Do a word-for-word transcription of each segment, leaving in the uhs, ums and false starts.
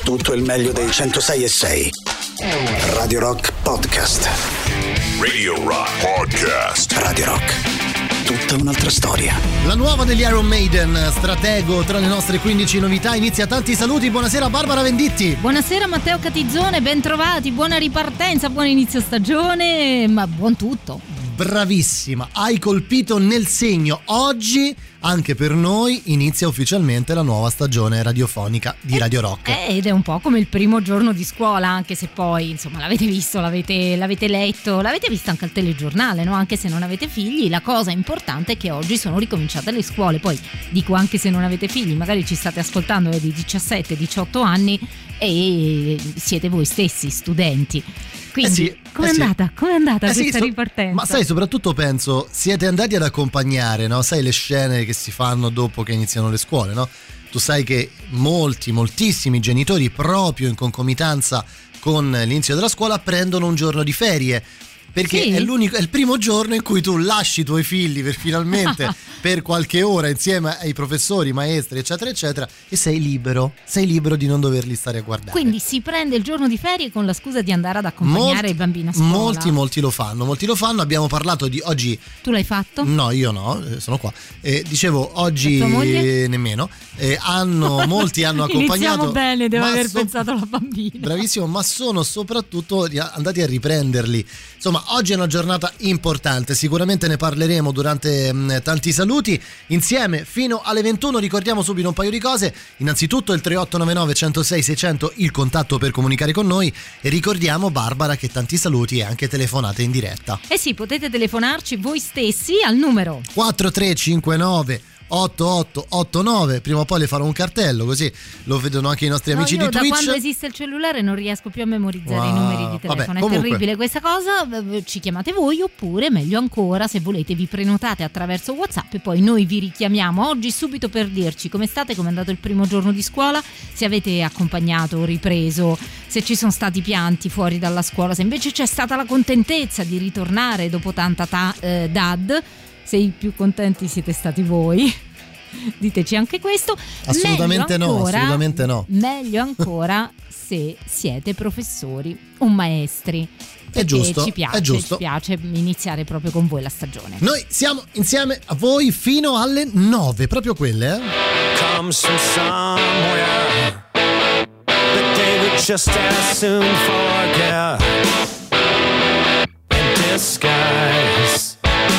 tutto il meglio dei centosei e sei. Radio Rock Podcast. Radio Rock Podcast. Radio Rock. Tutta un'altra storia. La nuova degli Iron Maiden, Stratego, tra le nostre quindici novità. Inizia tanti saluti. Buonasera Barbara Venditti. Buonasera Matteo Catizzone, ben trovati, buona ripartenza, buon inizio stagione, ma buon tutto. Bravissima, hai colpito nel segno. Oggi anche per noi inizia ufficialmente la nuova stagione radiofonica di Radio Rock. Eh, ed è un po' come il primo giorno di scuola, anche se poi insomma l'avete visto, l'avete, l'avete letto, l'avete visto anche al telegiornale, no? Anche se non avete figli, la cosa importante è che oggi sono ricominciate le scuole. Poi dico anche se non avete figli, magari ci state ascoltando di diciassette diciotto anni e siete voi stessi studenti. Quindi, eh sì, com'è eh andata? Sì. Com'è andata eh questa sì, so, ripartenza? Ma sai, soprattutto penso, siete andati ad accompagnare, no? Sai le scene che si fanno dopo che iniziano le scuole, no? Tu sai che molti, moltissimi genitori, proprio in concomitanza con l'inizio della scuola, prendono un giorno di ferie. Perché sì. è l'unico, è il primo giorno in cui tu lasci i tuoi figli per finalmente per qualche ora insieme ai professori, maestri, eccetera, eccetera, e sei libero, sei libero di non doverli stare a guardare. Quindi si prende il giorno di ferie con la scusa di andare ad accompagnare molti, il bambino a scuola. Molti, molti lo fanno, molti lo fanno. Abbiamo parlato di oggi. Tu l'hai fatto? No, io no, sono qua. Eh, dicevo, oggi nemmeno. Eh, hanno, molti hanno accompagnato. Iniziamo bene, devo aver so, pensato alla bambina. Bravissimo, ma sono soprattutto andati a riprenderli. Insomma, oggi è una giornata importante, sicuramente ne parleremo durante mh, tanti saluti insieme fino alle ventuno. Ricordiamo subito un paio di cose. Innanzitutto il tre otto nove nove uno zero sei sei zero zero, il contatto per comunicare con noi, e ricordiamo, Barbara, che tanti saluti e anche telefonate in diretta. Eh sì, potete telefonarci voi stessi al numero quattro tre cinque nove otto otto otto nove. Prima o poi le farò un cartello, così lo vedono anche i nostri no, amici io di Twitch. Da quando esiste il cellulare non riesco più a memorizzare wow. i numeri di telefono. Vabbè, è comunque, terribile questa cosa. Ci chiamate voi, oppure meglio ancora, se volete vi prenotate attraverso WhatsApp e poi noi vi richiamiamo oggi subito per dirci come state, come è andato il primo giorno di scuola, se avete accompagnato, ripreso, se ci sono stati pianti fuori dalla scuola, se invece c'è stata la contentezza di ritornare dopo tanta ta- eh, dad, se i più contenti siete stati voi. Diteci anche questo. Assolutamente meglio ancora, no, assolutamente no. Meglio ancora se siete professori o maestri. È giusto, ci piace, è giusto. ci piace iniziare proprio con voi la stagione. Noi siamo insieme a voi fino alle nove, proprio quelle, eh? Comes from somewhere that they would just as soon forget in disguise.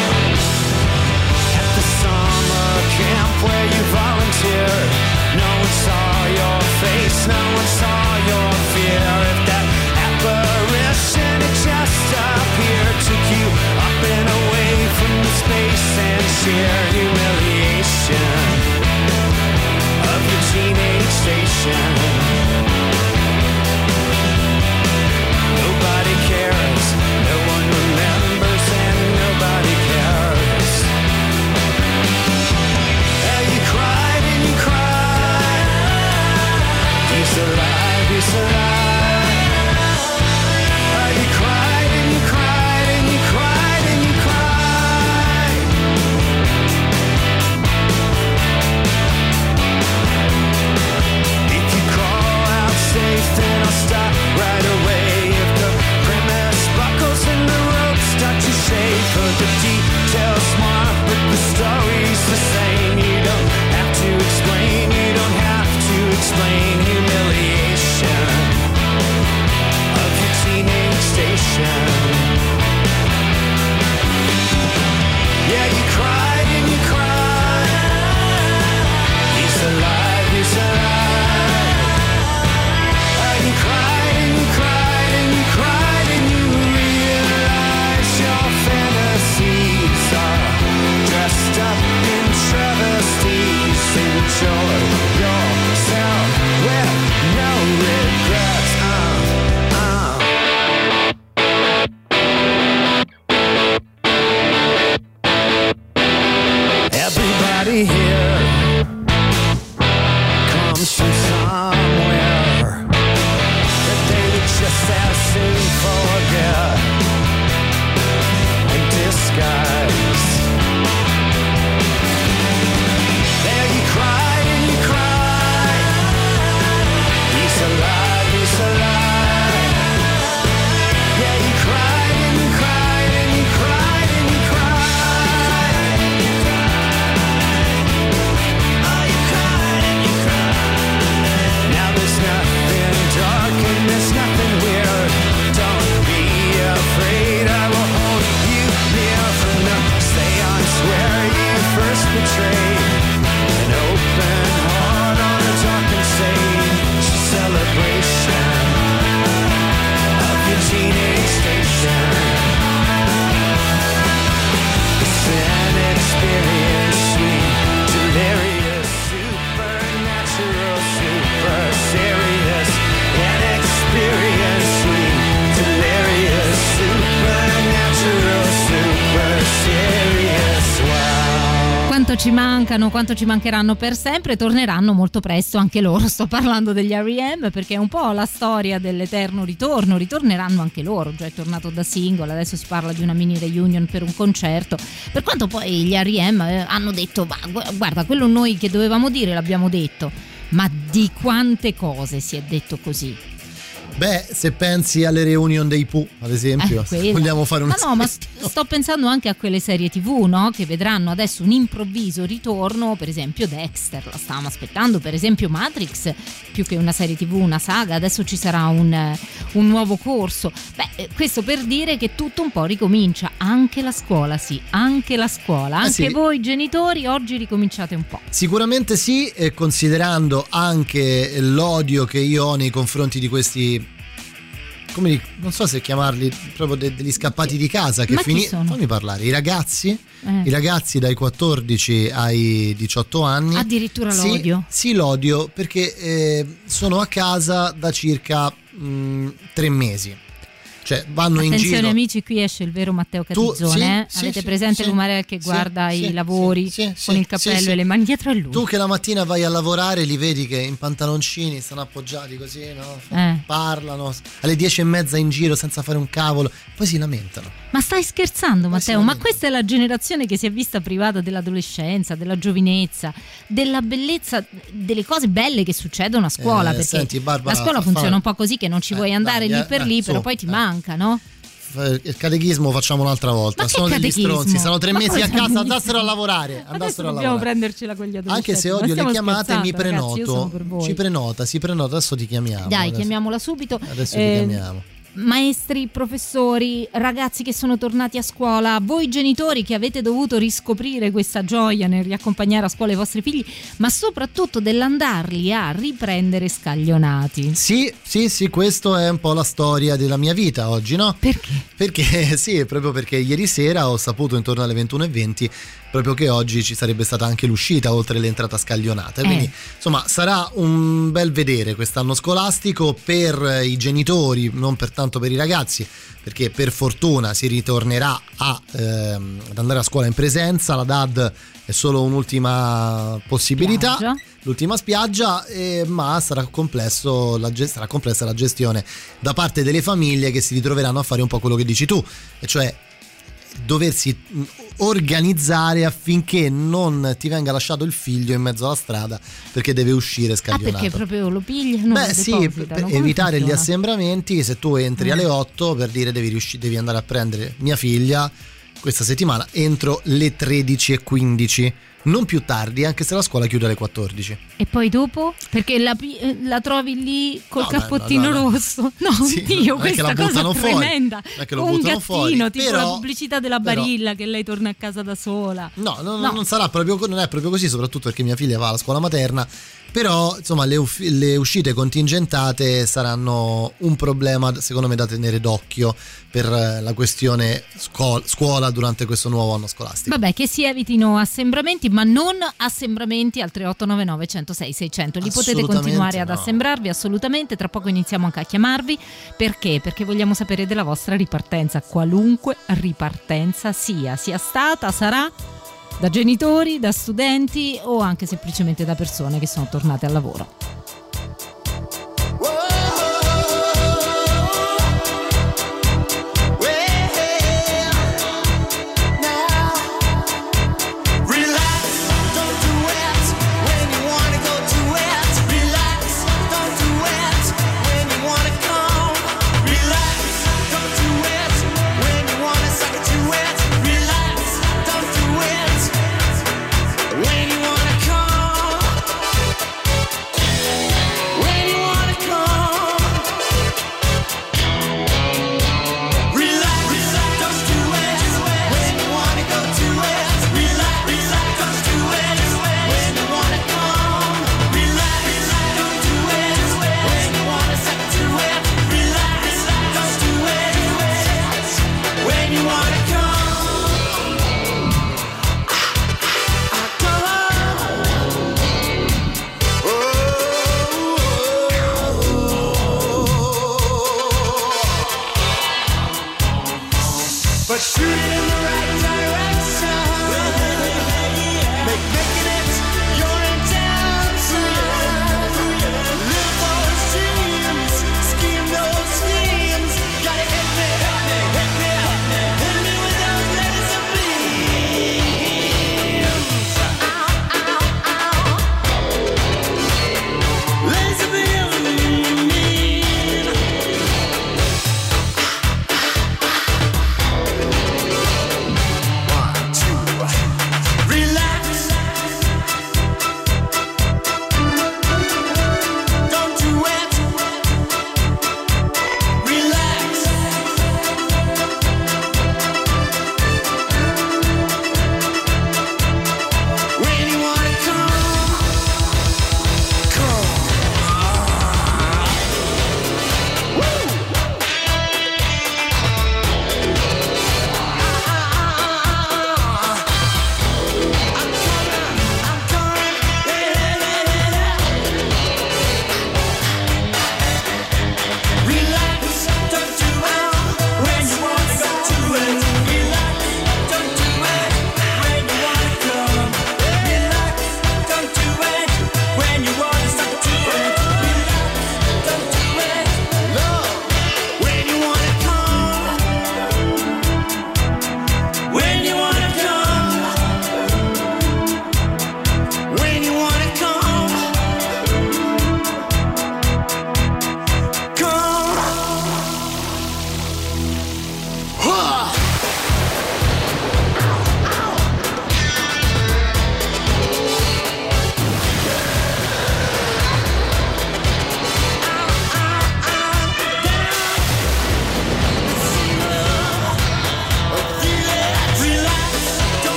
Where you volunteered, no one saw your face, no one saw your fear. If that apparition had just appeared, took you up and away from the space and sheer humiliation of your teenage station. Nobody cares, no one remembers, and nobody cares. He's alive, he's alive. Oh, you cried and you cried and you cried and you cried. If you crawl out safe, then I'll stop right away. If the premise buckles and the ropes start to shake, for the details smart, but the story's the same. You don't have to explain, you don't have to explain humiliation ci mancano, quanto ci mancheranno per sempre. Torneranno molto presto anche loro. Sto parlando degli R E M perché è un po' la storia dell'eterno ritorno. Ritorneranno anche loro. Già è tornato da singolo, adesso si parla di una mini reunion per un concerto. Per quanto poi gli R E M hanno detto: guarda, quello noi che dovevamo dire l'abbiamo detto. Ma di quante cose si è detto così? Beh, se pensi alle reunion dei Pooh, ad esempio, eh, vogliamo fare un ma no, ma sto pensando anche a quelle serie tivù, no? Che vedranno adesso un improvviso ritorno, per esempio Dexter, la stavamo aspettando, per esempio Matrix, più che una serie tivù, una saga, adesso ci sarà un, un nuovo corso. Beh, questo per dire che tutto un po' ricomincia, anche la scuola, sì, anche la scuola, anche eh sì. Voi genitori oggi ricominciate un po'. Sicuramente sì, e considerando anche l'odio che io ho nei confronti di questi, come non so se chiamarli proprio de- degli scappati di casa che finiscono. Fammi parlare, i ragazzi, eh. i ragazzi dai quattordici ai diciotto anni. Addirittura sì, l'odio. Sì, l'odio perché eh, sono a casa da circa mh, tre mesi. Cioè vanno Attenzione in giro. Amici, qui esce il vero Matteo Catizzone. Tu, sì, eh? sì, Avete sì, presente sì, Lumarel che sì, guarda sì, i sì, lavori sì, sì, con il cappello sì, sì. e le mani dietro a lui? Tu che la mattina vai a lavorare li vedi che in pantaloncini stanno appoggiati così, no? Eh. Parlano alle dieci e mezza in giro senza fare un cavolo, poi si lamentano. Ma stai scherzando, Poi Matteo? Ma questa è la generazione che si è vista privata dell'adolescenza, della giovinezza, della bellezza, delle cose belle che succedono a scuola, Eh, perché senti, Barbara, la scuola fa- funziona fa- un po' così, che non ci Eh, vuoi andare dai, lì eh, per eh, lì, su, però poi ti eh. manca, no? Il catechismo facciamo un'altra volta. Ma che sono degli catechismo? stronzi, stanno tre Ma mesi a cosa casa, dici? andassero a lavorare. Adesso Andassero a dobbiamo lavorare. prendercela con gli adolescenti. Anche se Ma odio le stiamo chiamate, mi scherzando, ragazzi, io sono prenoto. per voi. Ci prenota, si prenota, adesso ti chiamiamo. Dai, adesso. chiamiamola subito. Adesso Eh, ti chiamiamo. Maestri, professori, ragazzi che sono tornati a scuola, voi genitori che avete dovuto riscoprire questa gioia nel riaccompagnare a scuola i vostri figli, ma soprattutto dell'andarli a riprendere scaglionati. Sì, sì, sì, questo è un po' la storia della mia vita oggi, no? Perché? Perché sì, proprio perché ieri sera ho saputo intorno alle ventuno e venti proprio che oggi ci sarebbe stata anche l'uscita oltre l'entrata scaglionata. Quindi Eh. insomma sarà un bel vedere quest'anno scolastico per i genitori, non per tanto per i ragazzi, perché per fortuna si ritornerà a, ehm, ad andare a scuola in presenza. La D A D è solo un'ultima possibilità, Spiaggia. l'ultima spiaggia, eh, ma sarà, complesso la, ge- sarà complessa la gestione da parte delle famiglie che si ritroveranno a fare un po' quello che dici tu, e cioè doversi organizzare affinché non ti venga lasciato il figlio in mezzo alla strada perché deve uscire Ah, scaglionato. perché proprio lo pigliano? Beh lo sì, depositano? per Come evitare gli funziona? assembramenti. Se tu entri Eh. alle otto, per dire devi, riusci- devi andare a prendere mia figlia questa settimana entro le tredici e quindici, non più tardi, anche se la scuola chiude alle quattordici. E poi dopo? Perché la, pi- eh, la trovi lì col No, cappottino no, no, no. rosso? No, Sì, Dio, non è che questa la cosa buttano fuori, tremenda. non è che lo Un buttano gattino, fuori, tipo però- la pubblicità della però- Barilla che lei torna a casa da sola. No, no, No. non sarà proprio, non è proprio così, soprattutto perché mia figlia va alla scuola materna. Però insomma le, uff- le uscite contingentate saranno un problema secondo me da tenere d'occhio per eh, la questione scuola, scuola durante questo nuovo anno scolastico. Vabbè, che si evitino assembramenti, ma non assembramenti al tre otto nove nove uno zero sei sei zero zero. Li potete Assolutamente continuare ad no. assembrarvi assolutamente. Tra poco iniziamo anche a chiamarvi. Perché? Perché vogliamo sapere della vostra ripartenza, qualunque ripartenza sia, sia stata, sarà da genitori, da studenti o anche semplicemente da persone che sono tornate al lavoro. When you wanna come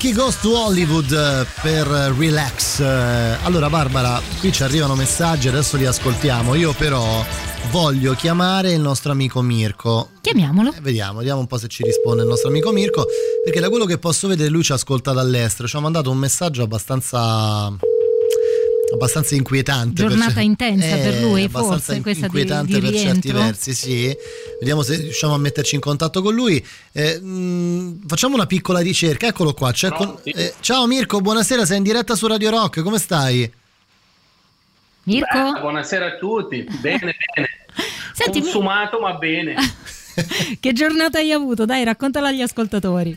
Frankie Goes to Hollywood per Relax. Allora Barbara, qui ci arrivano messaggi, adesso li ascoltiamo. Io però voglio chiamare il nostro amico Mirko. Chiamiamolo. Eh, vediamo, vediamo un po' se ci risponde il nostro amico Mirko, perché da quello che posso vedere lui ci ascolta dall'estero. Ci ha mandato un messaggio abbastanza abbastanza inquietante. Giornata per intensa eh, per lui, abbastanza forse questa inquietante di, di per certi rientro. versi, sì. Vediamo se riusciamo a metterci in contatto con lui. Eh, mh, facciamo una piccola ricerca. Eccolo qua. C'è con... eh, ciao Mirko, buonasera, sei in diretta su Radio Rock. Come stai? Mirko? Beh, buonasera a tutti. Bene, bene. Senti, Consumato, ma bene. Che giornata hai avuto? Dai, raccontala agli ascoltatori.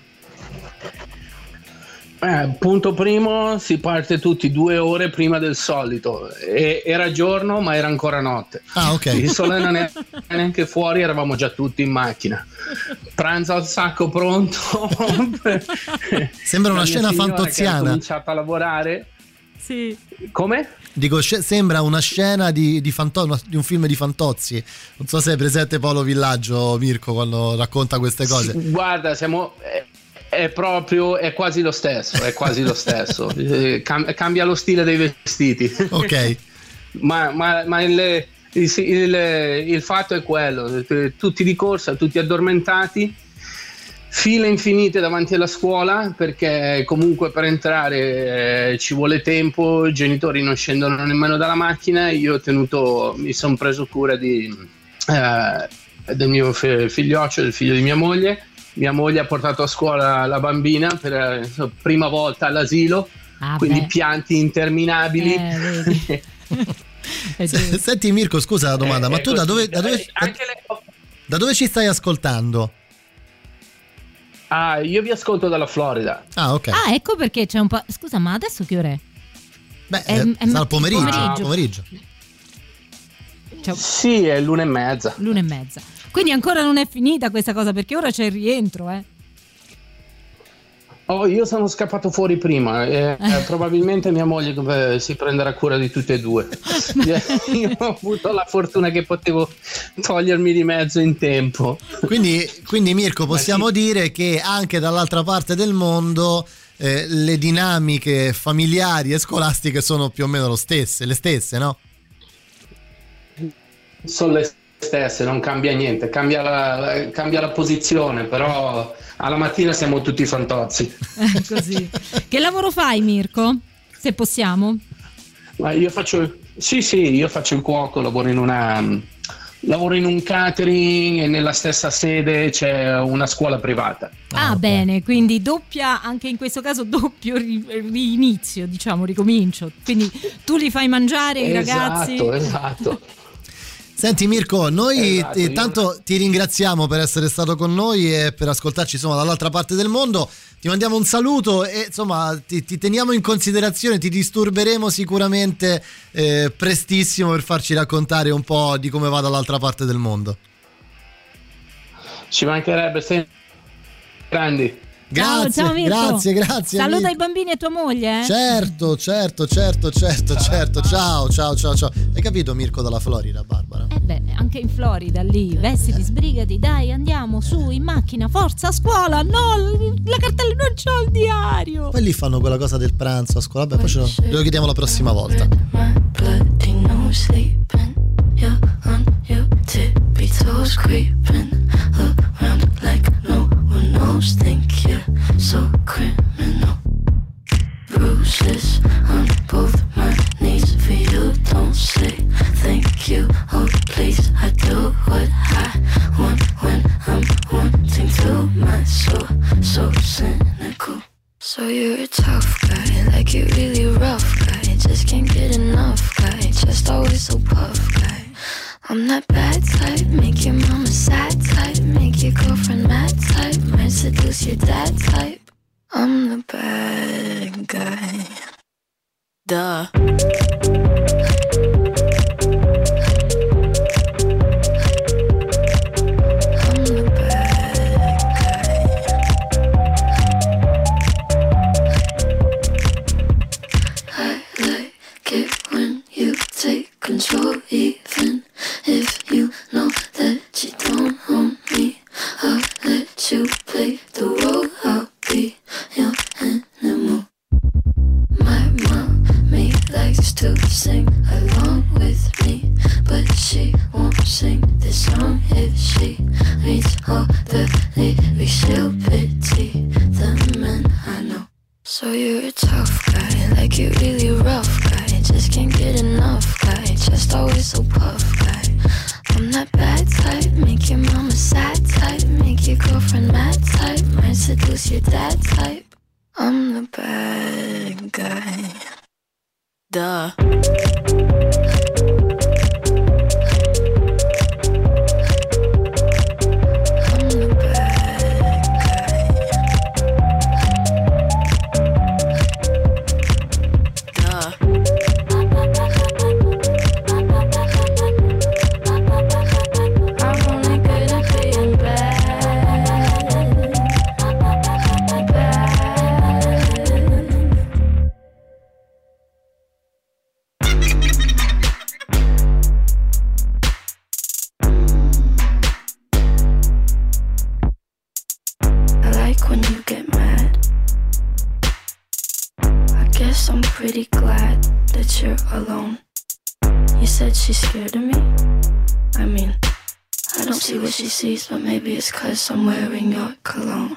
Eh, punto primo, si parte tutti due ore prima del solito. E, era giorno, ma era ancora notte. Ah, ok. Il sole non era neanche fuori, eravamo già tutti in macchina. Pranzo al sacco pronto. Sembra una La mia scena signora fantoziana. che ha cominciato a lavorare. Sì. Come? Dico, sc- sembra una scena di, di, Fanto- di un film di Fantozzi. Non so se è presente Paolo Villaggio, Mirko, quando racconta queste cose. Guarda, siamo... È, è proprio... È quasi lo stesso, è quasi lo stesso. Eh, cam- cambia lo stile dei vestiti. Ok. ma ma, ma il, il, il, il fatto è quello. Tutti di corsa, tutti addormentati. File infinite davanti alla scuola, perché comunque per entrare eh, ci vuole tempo, i genitori non scendono nemmeno dalla macchina. Io ho tenuto, mi sono preso cura di, eh, del mio figlioccio, del figlio di mia moglie. Mia moglie ha portato a scuola la bambina per eh, prima volta all'asilo, Ah, quindi beh. pianti interminabili. Eh, vedi. Eh, sì. Senti Mirko, scusa la domanda, Eh, ma è tu da così. dove, da, dove, Eh, anche le- da dove ci stai ascoltando? Ah, io vi ascolto dalla Florida. Ah, ok. Ah, ecco perché c'è un po'. Scusa, ma adesso che ora è? Beh, è- eh, è sarà mat- il pomeriggio. pomeriggio. pomeriggio. Cioè, Sì, è l'una e mezza. l'una e mezza. Quindi ancora non è finita questa cosa, perché ora c'è il rientro, eh. Oh, io sono scappato fuori prima. Eh, eh, probabilmente mia moglie eh, si prenderà cura di tutte e due. Io ho avuto la fortuna che potevo togliermi di mezzo in tempo. Quindi, quindi Mirko, possiamo sì. dire che anche dall'altra parte del mondo eh, le dinamiche familiari e scolastiche sono più o meno lo stesse, le stesse, no? Sono le stesse, non cambia niente, cambia la, cambia la posizione, però alla mattina siamo tutti fantozzi. Eh, così. Che lavoro fai, Mirko? Se possiamo. Ma io faccio, sì, sì, io faccio il cuoco, lavoro in una, lavoro in un catering e nella stessa sede c'è una scuola privata. Ah, Ah, ok. bene, quindi doppia, anche in questo caso doppio ri- rinizio, diciamo, ricomincio. Quindi tu li fai mangiare i ragazzi. Esatto, esatto. Senti Mirko, noi Esatto, eh, io- tanto ti ringraziamo per essere stato con noi e per ascoltarci insomma dall'altra parte del mondo. Ti mandiamo un saluto e insomma ti, ti teniamo in considerazione, ti disturberemo sicuramente eh, prestissimo per farci raccontare un po' di come va dall'altra parte del mondo. Ci mancherebbe, sei grandi. Grazie, ciao, ciao Mirko. grazie, grazie. Saluta Mirko. i bambini e tua moglie. Eh? Certo, certo, certo, certo, certo. Ciao, ciao, ciao, ciao. Hai capito Mirko dalla Florida, Barbara? Eh beh, anche in Florida lì, vestiti, sbrigati, dai, andiamo su in macchina, forza, a scuola, no, la cartella non c'ho il diario. Poi lì fanno quella cosa del pranzo a scuola. Vabbè, poi ce lo, lo chiediamo la prossima volta. My bloody no sleeping. You're on your tippy toes, creeping around like no one knows. Think you're so criminal. Bruises on both my knees for you. Don't say thank you. Oh, please, I do what I want when I'm wanting to. My soul, so cynical. So you're a tough guy, like you really rough guy. Just can't get enough guy, just always so puff guy. I'm that bad type, make your mama sad type, make your girlfriend mad type, might seduce your dad type. I'm the bad guy. Duh. I'm the bad guy. I like it when you take control, even if you know that you don't own me. I'll let you play the role. I'll be your star whistle puff guy. I'm that bad type, make your mama sad type, make your girlfriend mad type, might seduce your dad type. I'm the bad guy. Duh. I'm pretty glad that you're alone. You said she's scared of me? I mean, I don't see what she sees, but maybe it's 'cause I'm wearing your cologne.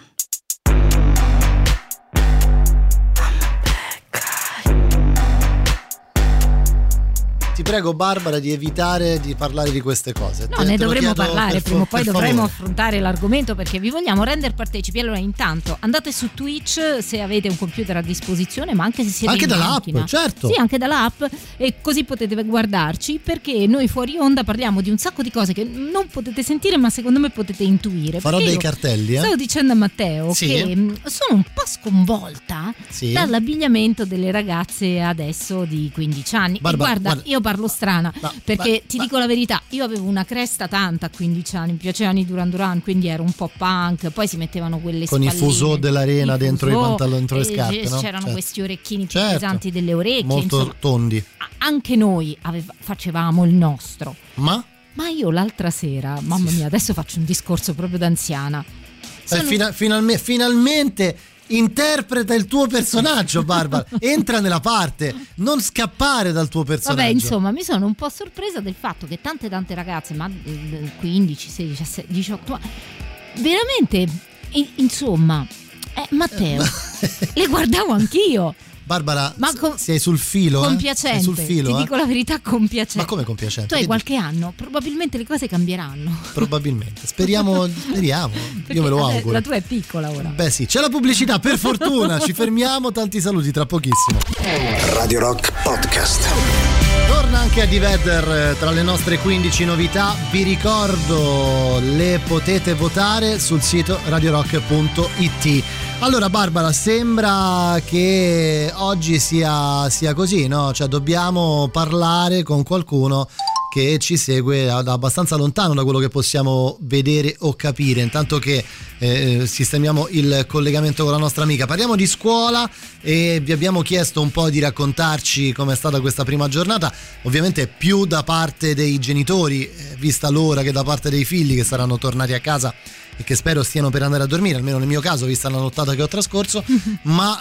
Ti prego Barbara di evitare di parlare di queste cose. No, te, ne te dovremo parlare, prima o poi dovremo favore. affrontare l'argomento perché vi vogliamo rendere partecipi. Allora intanto andate su Twitch se avete un computer a disposizione, ma anche se siete anche in dall'app, macchina. certo. Sì, anche dall'app, e così potete guardarci, perché noi fuori onda parliamo di un sacco di cose che non potete sentire ma secondo me potete intuire. Farò Perché dei io cartelli, eh? Stavo dicendo a Matteo Sì. che mh, sono un po' sconvolta Sì. dall'abbigliamento delle ragazze adesso di quindici anni. Barbara, e guarda, guarda. io parlo strana. No, Perché ma- ti ma- dico la verità, io avevo una cresta tanta a quindici anni, mi piacevano i Duran Duran, quindi ero un po' punk, poi si mettevano quelle Con i spalline, fuso dell'arena i dentro i fuso, pantaloni, dentro le e scarpe, no? c'erano Certo. questi orecchini più Certo. pesanti delle orecchie, Molto insomma, tondi. a- anche noi aveva- facevamo il nostro. Ma? Ma io l'altra sera, mamma mia, adesso faccio un discorso proprio d'anziana. Eh, Sono- fina- finalme- finalmente interpreta il tuo personaggio, Barbara. Entra nella parte, non scappare dal tuo personaggio. Vabbè, insomma, mi sono un po' sorpresa del fatto che tante tante ragazze, ma eh, quindici, sedici, diciassette, diciotto anni, veramente, i- insomma, eh, Matteo, le guardavo anch'io. Barbara, Ma s- con- sei sul filo, eh? Compiacente, Sei sul filo, ti eh? dico la verità, compiacente. Ma come compiacente? Tu hai Che qualche anno, probabilmente le cose cambieranno. dici? Probabilmente. Speriamo, speriamo. Perché Io me lo adesso auguro. La tua è piccola ora. Beh sì, c'è la pubblicità, per fortuna. Ci fermiamo, tanti saluti tra pochissimo. Radio Rock Podcast. Torna anche a Divider tra le nostre quindici novità. Vi ricordo, le potete votare sul sito radio rock punto it. Allora Barbara, sembra che oggi sia, sia così, no? Cioè dobbiamo parlare con qualcuno che ci segue da abbastanza lontano da quello che possiamo vedere o capire, intanto che eh, sistemiamo il collegamento con la nostra amica. Parliamo di scuola e vi abbiamo chiesto un po' di raccontarci com'è stata questa prima giornata, ovviamente più da parte dei genitori, eh, vista l'ora, che da parte dei figli che saranno tornati a casa e che spero stiano per andare a dormire, almeno nel mio caso, vista la nottata che ho trascorso. Ma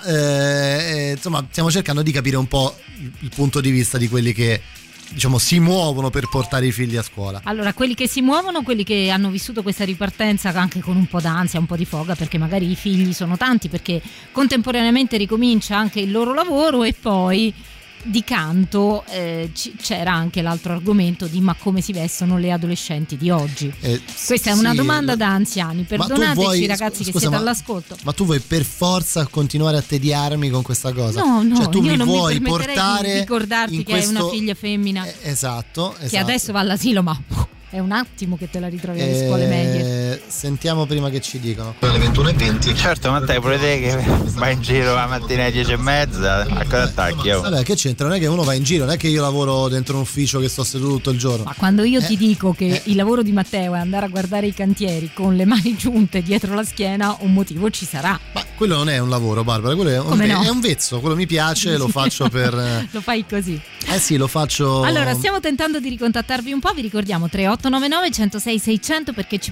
eh, insomma stiamo cercando di capire un po' il punto di vista di quelli che, diciamo, si muovono per portare i figli a scuola. Allora, quelli che si muovono, quelli che hanno vissuto questa ripartenza anche con un po' d'ansia, un po' di foga, perché magari i figli sono tanti, perché contemporaneamente ricomincia anche il loro lavoro e poi di canto eh, c- c'era anche l'altro argomento di ma come si vestono le adolescenti di oggi. Eh, Questa è una sì, domanda la- da anziani, Ma tu perdonateci vuoi- ragazzi che scusa, siete ma- all'ascolto. Ma tu vuoi per forza continuare a tediarmi con questa cosa? No, no, cioè, tu io mi non mi vuoi permetterei portare di ricordarti in che hai una questo- figlia femmina Eh, esatto, esatto. che adesso va all'asilo, ma è un attimo che te la ritrovi alle Eh, scuole medie. Sentiamo prima che ci dicono. Alle ventuno e venti. Certo, Matteo, pure te che vai in giro la mattina alle dieci e mezza, a cosa attacchi? Oh? Vabbè, che c'entra? Non è che uno va in giro, non è che io lavoro dentro un ufficio che sto seduto tutto il giorno. Ma quando io ti Eh, dico che eh. il lavoro di Matteo è andare a guardare i cantieri con le mani giunte dietro la schiena, un motivo ci sarà. Ma quello non è un lavoro, Barbara, quello è un, Come ve- no? è un vezzo, quello mi piace, lo faccio per... Lo fai così. Eh sì, lo faccio... Allora, stiamo tentando di ricontattarvi un po', vi ricordiamo tre otto nove nove uno zero sei sei zero zero perché ci potete scrivere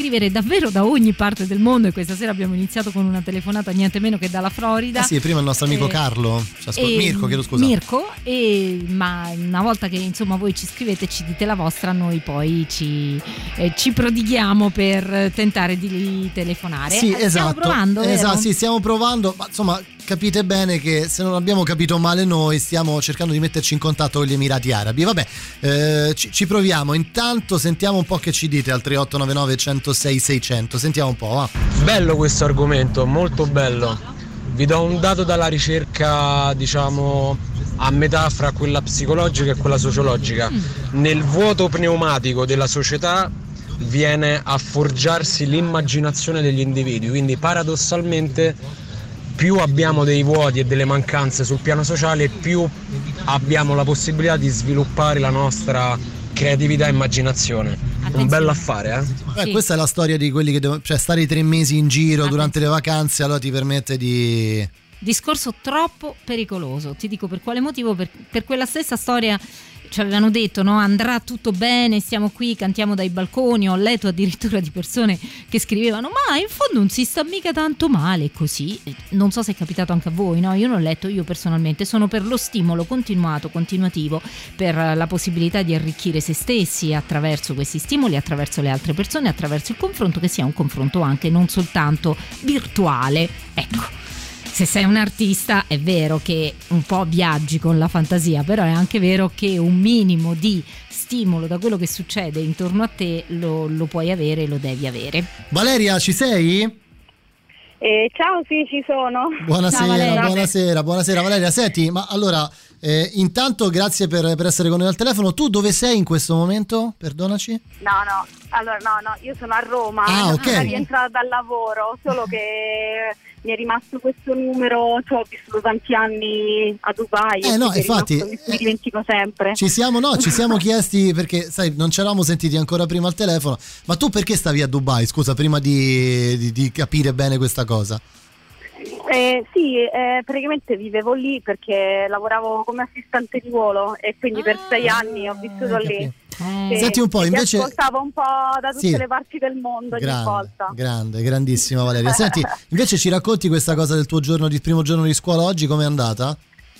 scrivere davvero da ogni parte del mondo, e questa sera abbiamo iniziato con una telefonata niente meno che dalla Florida. Ah sì, prima il nostro amico Eh, Carlo, cioè, ascol- e- Mirko, chiedo scusa. Mirko, e, ma una volta che insomma voi ci scrivete, ci dite la vostra, noi poi ci, eh, ci prodighiamo per tentare di telefonare. Sì, Eh, esatto. Stiamo provando, vero? Esatto, sì, stiamo provando, ma insomma capite bene che se non abbiamo capito male noi stiamo cercando di metterci in contatto con gli Emirati Arabi. Vabbè, eh, ci, ci proviamo. Intanto sentiamo un po' che ci dite al tre otto nove nove uno zero sei sei zero zero. Sentiamo un po', va. Bello questo argomento, molto bello. Vi do un dato dalla ricerca, diciamo, a metà fra quella psicologica e quella sociologica. Nel vuoto pneumatico della società viene a forgiarsi l'immaginazione degli individui, quindi paradossalmente più abbiamo dei vuoti e delle mancanze sul piano sociale, più abbiamo la possibilità di sviluppare la nostra creatività e immaginazione. Un bel affare, eh? Eh, Sì. Questa è la storia di quelli che devono, cioè stare i tre mesi in giro durante le vacanze, allora ti permette di... Discorso troppo pericoloso. Ti dico per quale motivo. Per, per quella stessa storia ci avevano detto, no, andrà tutto bene, stiamo qui, cantiamo dai balconi. Ho letto addirittura di persone che scrivevano ma in fondo non si sta mica tanto male così. Non so se è capitato anche a voi, no? Io non ho letto, io personalmente sono per lo stimolo continuato, continuativo, per la possibilità di arricchire se stessi attraverso questi stimoli, attraverso le altre persone, attraverso il confronto, che sia un confronto anche non soltanto virtuale. Ecco, se sei un artista è vero che un po' viaggi con la fantasia, però è anche vero che un minimo di stimolo da quello che succede intorno a te lo, lo puoi avere e lo devi avere. Valeria, ci sei? Eh, ciao, sì, ci sono. Buonasera, Ciao, Valeria. buonasera, buonasera Valeria. Senti, ma allora, eh, intanto grazie per, per essere con noi al telefono. Tu dove sei in questo momento? Perdonaci. No, no, allora no, no, io sono a Roma, Ah, ok. sono rientrata dal lavoro, solo che mi è rimasto questo numero, cioè ho vissuto tanti anni a Dubai, Eh, e no, mi è infatti, rimasto, mi eh, dimentico sempre. Ci siamo, no, ci siamo chiesti perché, sai, non ci eravamo sentiti ancora prima al telefono. Ma tu perché stavi a Dubai? Scusa, prima di, di, di capire bene questa cosa. Eh, sì, eh, praticamente vivevo lì perché lavoravo come assistente di volo e quindi per sei anni ho vissuto lì. capito. Eh, Sì, Senti un po', e ti invece- ascoltavo un po' da tutte Sì. le parti del mondo ogni Grande, volta. grande, grandissima Valeria. Senti, invece ci racconti questa cosa del tuo giorno di primo giorno di scuola oggi, com'è andata?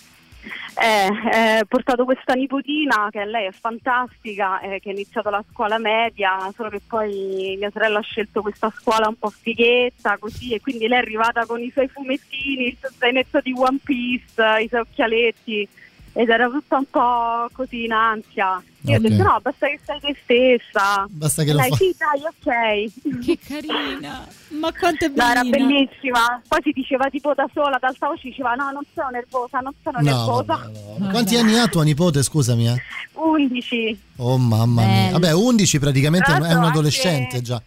Eh, eh, ho portato questa nipotina che lei è fantastica, eh, che ha iniziato la scuola media, solo che poi mia sorella ha scelto questa scuola un po' fighetta così, e quindi lei è arrivata con i suoi fumettini, il suo zainetto di One Piece, i suoi occhialetti, ed era tutta un po' così in ansia. Io Ok. ho detto no, basta che sei te stessa. Basta che E lo lei fa. sì, dai, ok. che carina, ma quanto è No, era bellina. bellissima. Poi si diceva tipo da sola, ad alta voce diceva no, non sono nervosa, non sono No, nervosa. vabbè, no. Quanti anni ha tua nipote, scusami? Eh? undici. Oh mamma mia. Bello. Vabbè, undici praticamente Tra è un l'altro adolescente anche- già.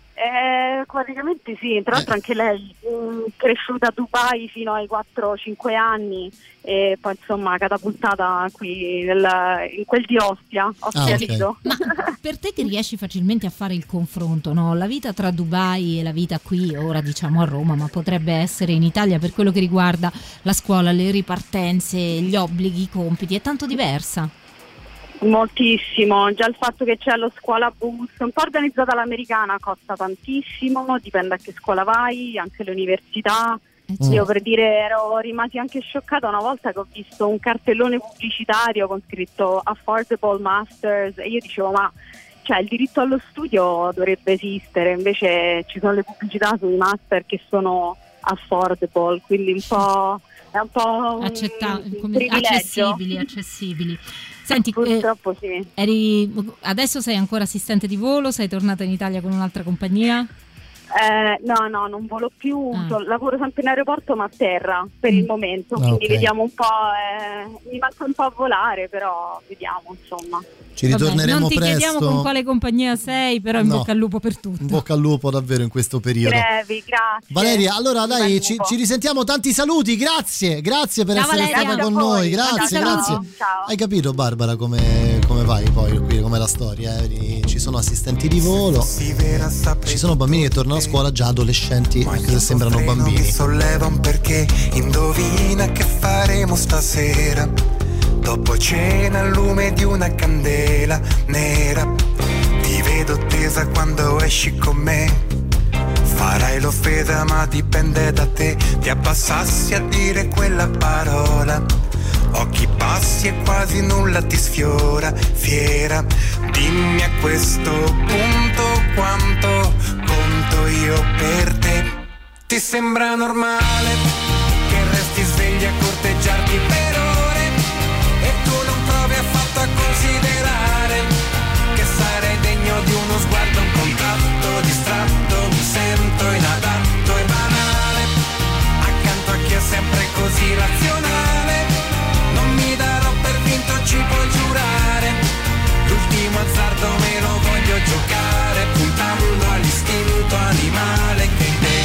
Eh, praticamente sì, tra l'altro Eh. anche lei mh, cresciuta a Dubai fino ai quattro cinque anni e poi insomma catapultata qui nel, in quel di Ostia, Ostia Ah, ok. Lido. Ma per te che riesci facilmente a fare il confronto, no? La vita tra Dubai e la vita qui, ora diciamo a Roma, ma potrebbe essere in Italia per quello che riguarda la scuola, le ripartenze, gli obblighi, i compiti, è tanto diversa. Moltissimo, già il fatto che c'è lo scuola bus, un po' organizzata all'americana, costa tantissimo, dipende a che scuola vai, anche le università. Eh, Mm. Io per dire ero rimasi anche scioccata una volta che ho visto un cartellone pubblicitario con scritto Affordable Masters e io dicevo ma cioè il diritto allo studio dovrebbe esistere, invece ci sono le pubblicità sui master che sono affordable, quindi un po' è un po' un Accetta- come- privilegio. accessibili, accessibili. Senti, eh, Purtroppo sì. eri, adesso sei ancora assistente di volo, sei tornata in Italia con un'altra compagnia? Eh, no, no, non volo più, Ah. so- lavoro sempre in aeroporto ma a terra per il Mm. momento, Ah, quindi ok. vediamo un po', eh, mi manca un po' a volare, però vediamo insomma. Ci Vabbè, ritorneremo non ti presto. chiediamo con quale compagnia sei, però in No. bocca al lupo per tutto. In bocca al lupo davvero in questo periodo. Brevi, grazie. Valeria, allora Viva dai, il ci, lupo. ci risentiamo, tanti saluti, grazie, grazie per Ciao, essere Valeria. stata Grazie con a voi. noi, grazie, Tanti grazie. saluti. Ciao. Hai capito Barbara come, come vai poi qui, com'è la storia? eh? Ci sono assistenti di volo, ci sono bambini che tornano a scuola già adolescenti, anche se sembrano Mi bambini. sollevan perché indovina che faremo stasera. Dopo cena al lume di una candela nera, ti vedo teso sorpresa quando esci con me. Farai l'offesa ma dipende da te. Ti abbassassi a dire quella parola, occhi bassi e quasi nulla ti sfiora. Fiera, dimmi a questo punto quanto conto io per te. Ti sembra normale che resti svegli a corteggiarti per ore e tu non provi affatto a considerare che sarei degno di uno sguardo, un contatto distratto. Mi sento inadatto e banale accanto a chi è sempre così razionale. Non mi darò per vinto, ci puoi giurare. L'ultimo azzardo me lo voglio giocare, puntando all'istinto animale che in te.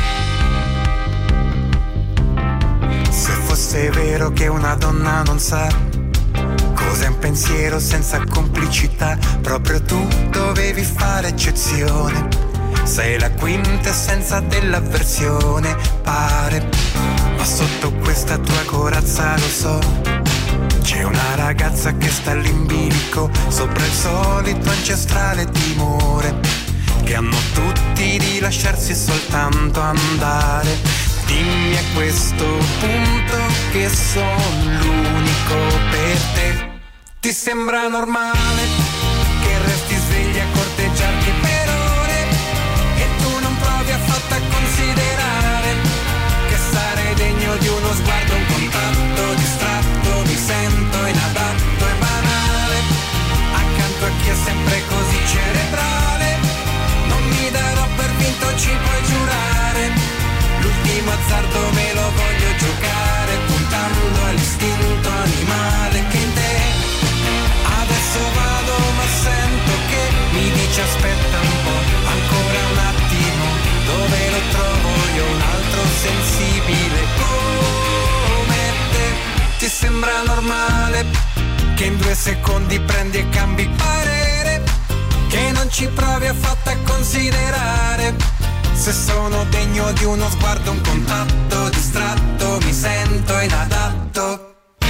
Se fosse vero che una donna non sa cos'è un pensiero senza complicità, proprio tu dovevi fare eccezione. Sei la quintessenza dell'avversione, pare. Ma sotto questa tua corazza lo so, c'è una ragazza che sta all'imbilico, sopra il solito ancestrale timore che hanno tutti di lasciarsi soltanto andare. Dimmi a questo punto che sono l'unico per te. Ti sembra normale che resti svegli a corteggiarti per ore e tu non provi affatto a considerare che sarei degno di uno sguardo, un contatto distratto. Mi sento inadatto e banale accanto a chi è sempre così cerebrale. Non mi darò per vinto, ci puoi giurare. L'ultimo azzardo me lo voglio giocare, puntando all'istinto animale che in te. Adesso vado ma sento che mi dice aspetta un po', ancora un attimo, dove lo trovo io un altro sensibile come te. Ti sembra normale che in due secondi prendi e cambi parere, che non ci provi affatto a considerare se sono degno di uno sguardo, un contatto distratto. Mi sento inadatto.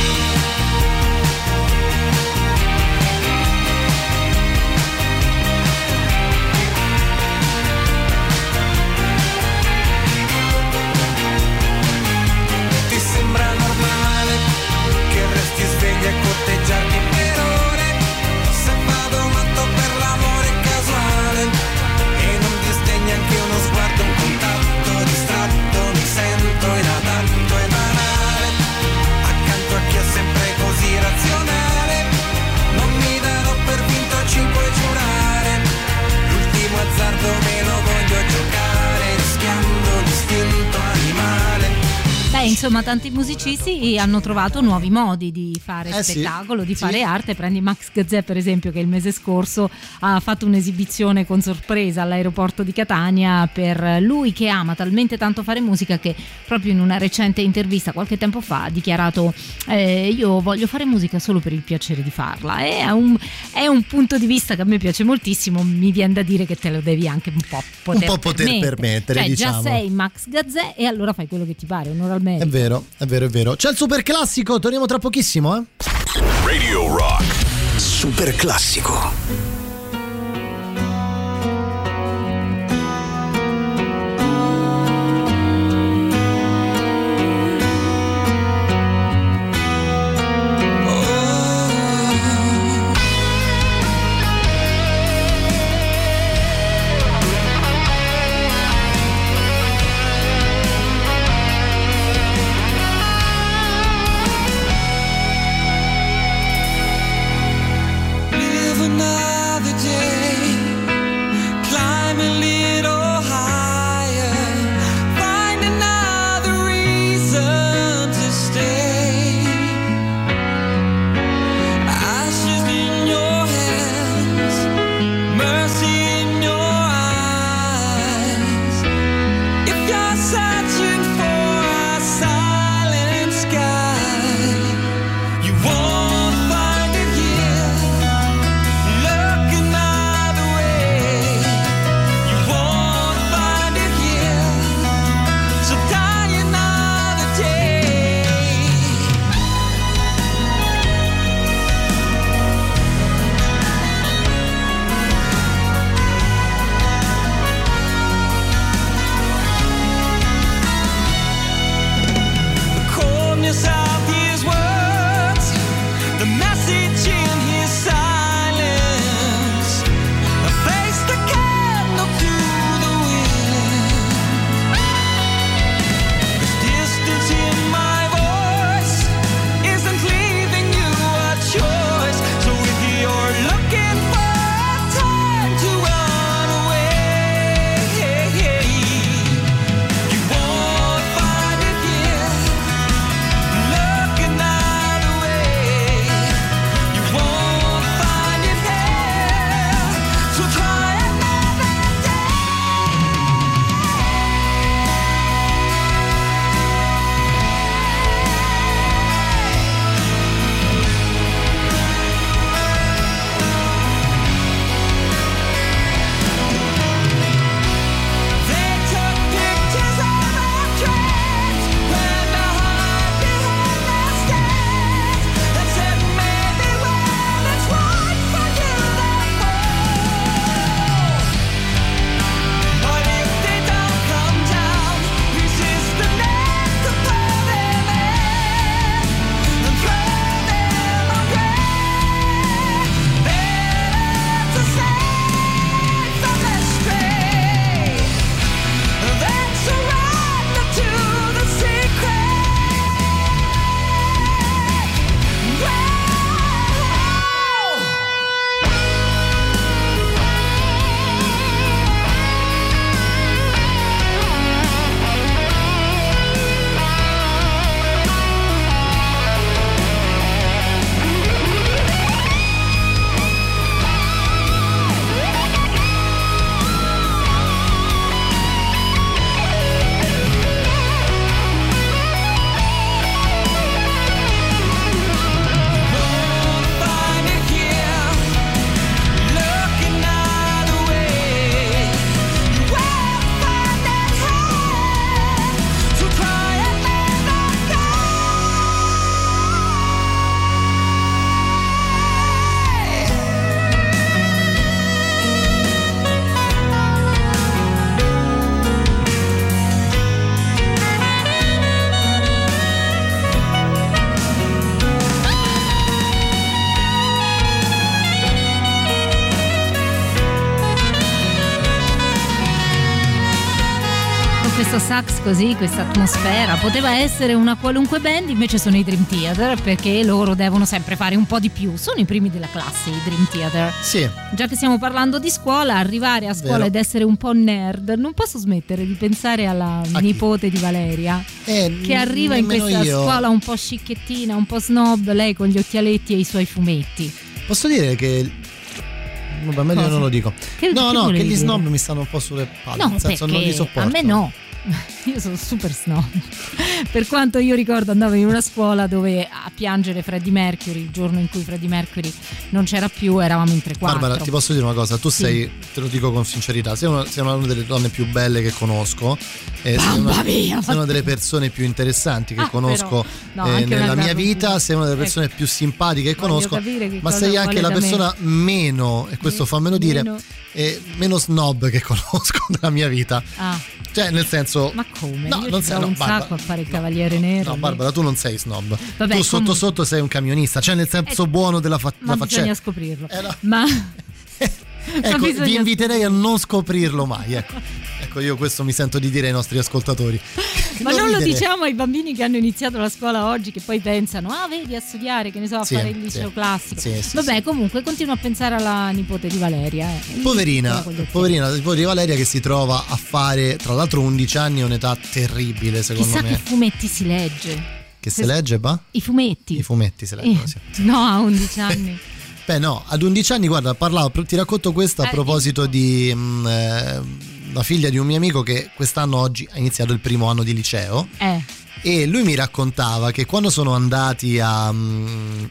Ti sembra normale che resti svegli a corteggiarmi per ore, se vado matto per l'amore casuale e non disdegni anche uno sguardo, un contatto distratto. Mi sento inadatto e banale accanto a chi è sempre così razionale. Non mi darò per vinto, ci puoi giurare. L'ultimo azzardo me lo voglio giocare, rischiando l'istinto animale. Beh, insomma, tanti musicisti hanno trovato nuovi modi di fare Eh spettacolo, sì, di sì. fare arte. Prendi Max Gazzè, per esempio, che il mese scorso ha fatto un'esibizione con sorpresa all'aeroporto di Catania per lui, che ama talmente tanto fare musica che proprio in una recente intervista qualche tempo fa ha dichiarato eh, io voglio fare musica solo per il piacere di farla. È un, è un punto di vista che a me piace moltissimo. Mi viene da dire che te lo devi anche un po' poter, Un po' poter permettere, permettere, cioè, diciamo. già sei Max Gazzè e allora fai quello che ti pare, onore al merito. È vero, è vero, è vero. C'è il super classico, torniamo tra pochissimo, eh? Radio Rock. Super classico. Live a night questo sax così, questa atmosfera, poteva essere una qualunque band, invece sono i Dream Theater, perché loro devono sempre fare un po' di più, sono i primi della classe i Dream Theater. Sì. Già che stiamo parlando di scuola, arrivare a scuola Vero. ed essere un po' nerd, non posso smettere di pensare alla A chi? nipote di Valeria, Eh, che arriva in nemmeno questa io. scuola un po' scicchettina, un po' snob, lei con gli occhialetti e i suoi fumetti. Posso dire che vabbè, meglio Cosa? non lo dico. Che- no, che no, volevi che gli dire? snob mi stanno un po' sulle palle, No, nel senso non li perché sopporto. a me no. Io sono super snob. Per quanto io ricordo, andavo in una scuola dove a piangere Freddie Mercury il giorno in cui Freddie Mercury non c'era più, eravamo in tre quattro. Barbara, ti posso dire una cosa, tu Sì. sei, te lo dico con sincerità, sei una, sei una delle donne più belle che conosco, e sei Mamma una, mia, sei una delle persone più interessanti che Ah, conosco però. No, eh, anche una nella gran mia vita, rottura. sei una delle Ecco. persone più simpatiche che Voglio conosco, capire che ma cosa sei anche vuole la da me. persona meno, e questo fammelo dire, Meno. eh, meno snob che conosco nella mia vita. Ah, Cioè, nel senso... ma come? No, Io non ci sei- provo no, un Barbara, sacco a fare il cavaliere nero. No, Barbara, tu non sei snob. Vabbè, tu sotto comunque- sotto sei un camionista, cioè nel senso Eh, buono della, fa- Ma della bisogna faccenda. scoprirlo. Eh, no. Ma Ecco, bisogna vi inviterei a non scoprirlo mai. Ecco. Ecco, io questo mi sento di dire ai nostri ascoltatori. Ma non lo ridere. diciamo ai bambini che hanno iniziato la scuola oggi, che poi pensano, ah vedi, a studiare, che ne so, a Sì, fare il liceo sì. classico. Sì, sì, Vabbè, sì. comunque continuo a pensare alla nipote di Valeria. eh. Poverina, Con gli occhi. poverina, la nipote di Valeria che si trova a fare, tra l'altro undici anni è un'età terribile secondo Chissà me. che fumetti si legge. Che se legge, va? I fumetti. I fumetti si leggono, sì. Eh, no, a undici anni. Beh no, ad undici anni, guarda, parlavo, ti racconto questo a Eh, proposito di mh, eh, la figlia di un mio amico che quest'anno oggi ha iniziato il primo anno di liceo. Eh, E lui mi raccontava che quando sono andati a, mm,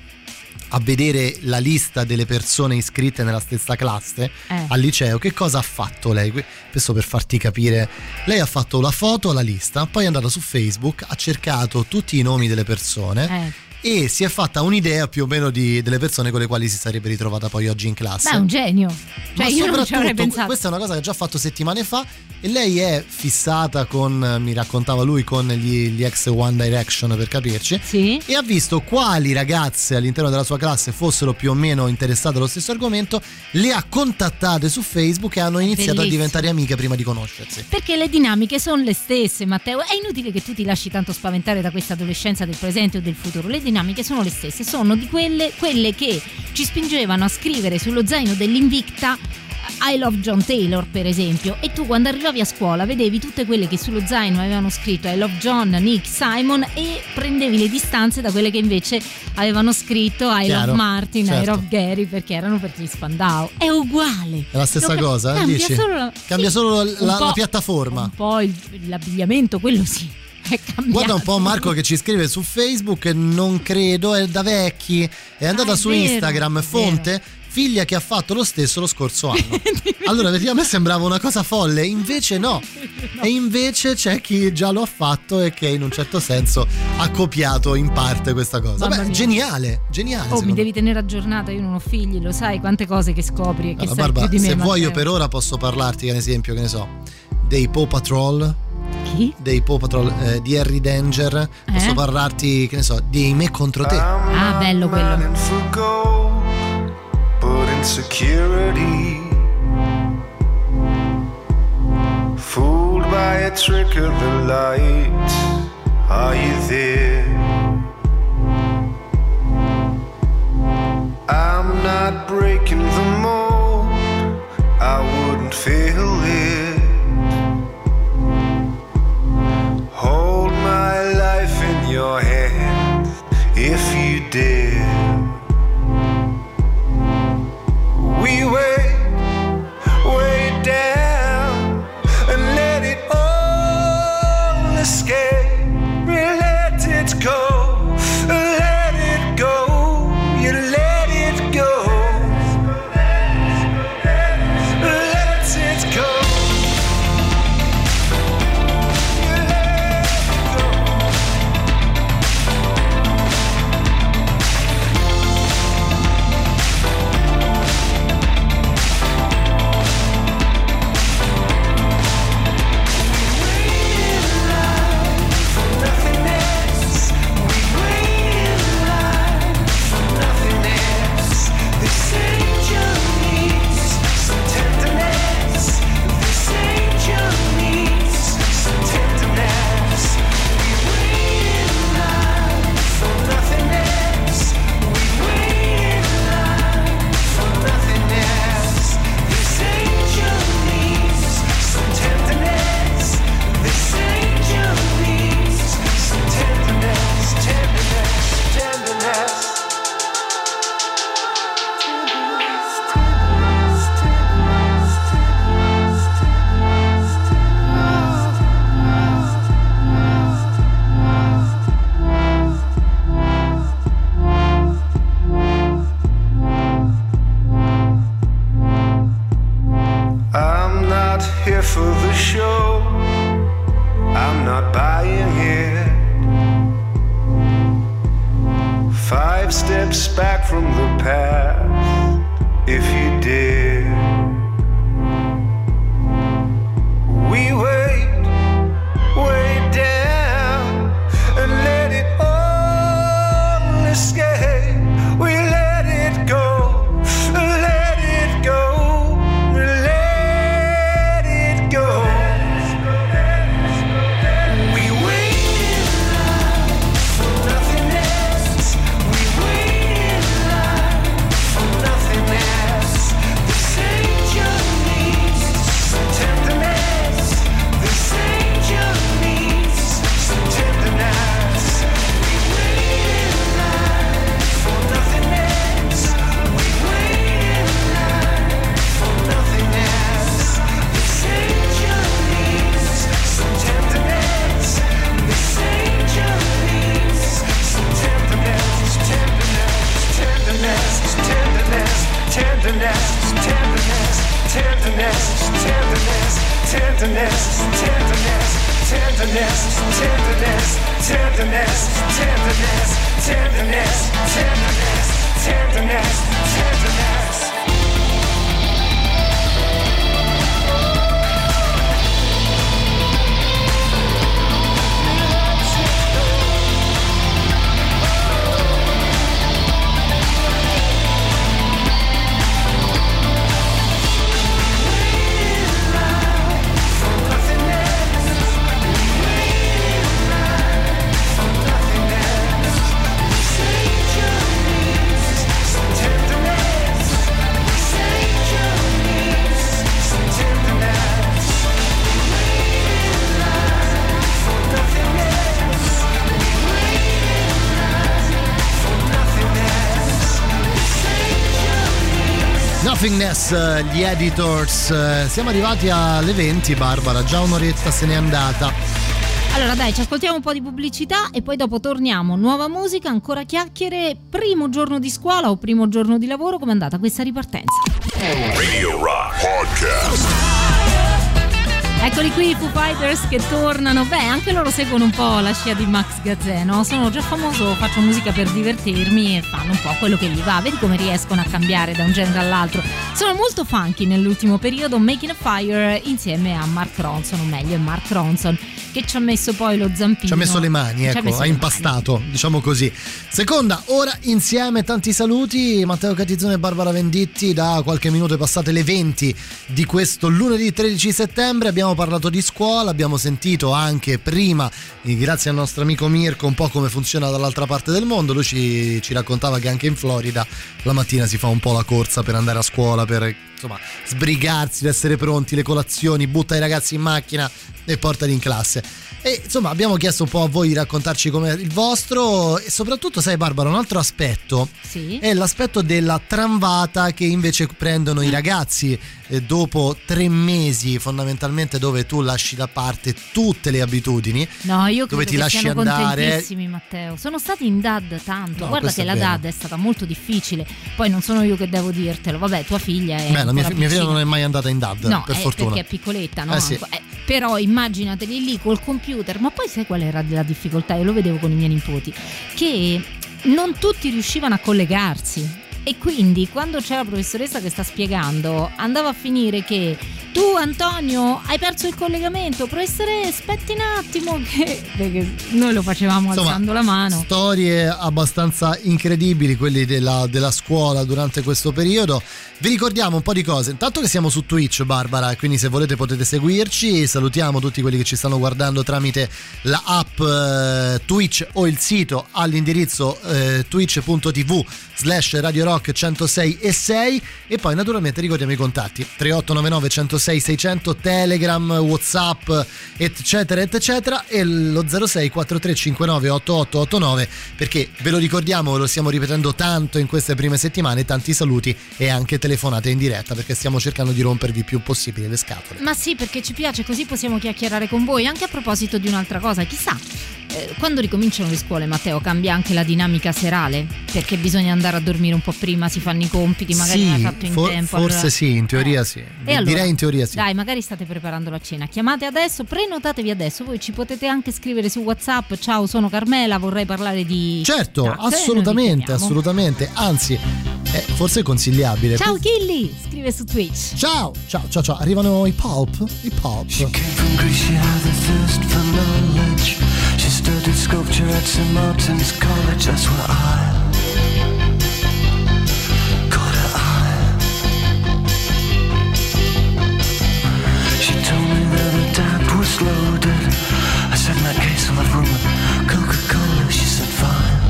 a vedere la lista delle persone iscritte nella stessa classe Eh. al liceo, che cosa ha fatto lei? Que- Questo per farti capire. Lei ha fatto la foto alla lista, poi è andata su Facebook, ha cercato tutti i nomi delle persone eh. e si è fatta un'idea più o meno di, delle persone con le quali si sarebbe ritrovata poi oggi in classe. Beh, è un genio. Ma Cioè, io non ci avrei soprattutto, pensato. questa è una cosa che ha già fatto settimane fa e lei è fissata con, mi raccontava lui, con gli, gli ex One Direction, per capirci, Sì. e ha visto quali ragazze all'interno della sua classe fossero più o meno interessate allo stesso argomento, le ha contattate su Facebook e hanno iniziato Bellissimo. a diventare amiche prima di conoscersi. Perché le dinamiche sono le stesse, Matteo. È inutile che tu ti lasci tanto spaventare da questa adolescenza del presente o del futuro. Le dinamiche sono le stesse, sono di quelle, quelle che ci spingevano a scrivere sullo zaino dell'Invicta I love John Taylor, per esempio, e tu quando arrivavi a scuola vedevi tutte quelle che sullo zaino avevano scritto I love John, Nick, Simon, e prendevi le distanze da quelle che invece avevano scritto I Chiaro, love Martin, certo. I love Gary, perché erano per gli Spandau. È uguale. È la stessa Non ca- cosa, cambia dici? solo la- Cambia sì, solo un la, po', la piattaforma. un po' il- l'abbigliamento, quello sì. È cambiato. Guarda un po' Marco che ci scrive su Facebook, non credo, è da vecchi, è andata Ah, è su vero, Instagram, è fonte, figlia che ha fatto lo stesso lo scorso anno. Allora a me sembrava una cosa folle, invece no. E invece c'è chi già lo ha fatto e che in un certo senso ha copiato in parte questa cosa. Mamma Beh, mia. geniale, geniale. Oh, mi secondo devi tenere aggiornata, io non ho figli, lo sai quante cose che scopri e che Allora, sai Barbara, più di me. se vuoi io Matteo. per ora posso parlarti, che ad esempio, che ne so, dei Paw Patrol, Chi? dei Paw Patrol, eh, di Harry Danger, posso Eh? parlarti, che ne so, di Me contro te. Ah, bello quello. Mining for gold, but insecurity. Fooled by a trick of the light. Are you there? I'm not breaking the mold. I wouldn't feel it. Hold my life in your hands if you dare. We wait, way down and let it all escape. We let it go, let it go, you let it go. here for the show. I'm not buying it. Five steps back from the past, if you did. We wait, way down, and let it all escape. We let it go, let it go, let it go. We wait in line for nothing else. We wait in line for nothing else. This angel needs some tenderness. This angel needs some tenderness. We wait in line for nothing else. We wait in line for nothing else. This angel needs some tenderness. This angel needs some tenderness, tenderness, tenderness, tenderness, tenderness, tenderness, tenderness, tenderness, tenderness, tenderness, tenderness, tenderness, tenderness, tenderness, tenderness, tenderness, tenderness. Nothingness, gli Editors. Siamo arrivati alle venti, Barbara, già un'oretta se n'è andata. Allora dai, ci ascoltiamo un po' di pubblicità e poi dopo torniamo. Nuova musica, ancora chiacchiere. Primo giorno di scuola o primo giorno di lavoro, com'è andata questa ripartenza? Radio Rock Podcast. Eccoli qui i Foo Fighters che tornano. Beh, anche loro seguono un po' la scia di Max Gazzè, no? Sono già famoso, faccio musica per divertirmi e fanno un po' quello che gli va. Vedi come riescono a cambiare da un genere all'altro. Sono molto funky nell'ultimo periodo, Making a Fire insieme a Mark Ronson, o meglio è Mark Ronson che ci ha messo poi lo zampino. Ci ha messo le mani, ecco, ha, ha impastato, mani. Diciamo così. Seconda ora insieme, tanti saluti. Matteo Catizzone e Barbara Venditti. Da qualche minuto è passate le venti di questo lunedì tredici settembre. Abbiamo parlato di scuola, abbiamo sentito anche prima, grazie al nostro amico Mirko, un po' come funziona dall'altra parte del mondo. Lui ci, ci raccontava che anche in Florida la mattina si fa un po' la corsa per andare a scuola, per insomma sbrigarsi, essere pronti, le colazioni, butta i ragazzi in macchina e portali in classe. E insomma abbiamo chiesto un po' a voi di raccontarci com'è il vostro, e soprattutto, sai Barbara, un altro aspetto sì. è l'aspetto della tramvata che invece prendono i ragazzi eh, dopo tre mesi fondamentalmente, dove tu lasci da parte tutte le abitudini. No, io credo dove ti che lasci siano andare. Contentissimi, Matteo. Sono stati in D A D tanto. No, guarda che la è D A D è stata molto difficile. Poi non sono io che devo dirtelo. Vabbè, tua figlia è Beh, la mia, mia figlia non è mai andata in D A D, no, per è fortuna. perché è piccoletta, no? Eh, sì. eh, però immaginateli lì col computer. Ma poi sai qual era la difficoltà? Io lo vedevo con i miei nipoti, che non tutti riuscivano a collegarsi. E quindi quando c'è la professoressa che sta spiegando, andava a finire che tu Antonio hai perso il collegamento, professore aspetti un attimo, che perché noi lo facevamo Insomma, alzando la mano. Storie abbastanza incredibili quelli della, della scuola durante questo periodo. Vi ricordiamo un po' di cose, intanto che siamo su Twitch, Barbara, quindi se volete potete seguirci. Salutiamo tutti quelli che ci stanno guardando tramite la app eh, Twitch o il sito all'indirizzo eh, twitch.tv slash Radio Rock centosei e sei. E poi naturalmente ricordiamo i contatti tre otto nove nove centosei seicento, Telegram, WhatsApp, eccetera eccetera, e lo zero sei quattro tre cinque nove otto otto otto nove, perché ve lo ricordiamo, ve lo stiamo ripetendo tanto in queste prime settimane. Tanti saluti e anche telefonate in diretta, perché stiamo cercando di rompervi il più possibile le scatole. Ma sì, perché ci piace, così possiamo chiacchierare con voi. Anche a proposito di un'altra cosa, chissà, Eh, quando ricominciano le scuole, Matteo, cambia anche la dinamica serale? Perché bisogna andare a dormire un po' prima, si fanno i compiti, magari sì, non hai fatto in for- tempo. forse allora... sì, in teoria eh. sì. E allora, direi in teoria sì. Dai, magari state preparando la cena. Chiamate adesso, prenotatevi adesso. Voi ci potete anche scrivere su WhatsApp: ciao, sono Carmela, vorrei parlare di. Certo, tacche, assolutamente, assolutamente. Anzi, è forse consigliabile. Ciao Killy, scrive su Twitch. Ciao, ciao, ciao, ciao. Arrivano i pulp, i pulp. She came from Greece, she had a thirst for knowledge. She studied sculpture at Saint Martin's College. That's where I caught her eye. She told me that her dad was loaded. I said, in that case I'll have rum and Coca-Cola. She said, fine.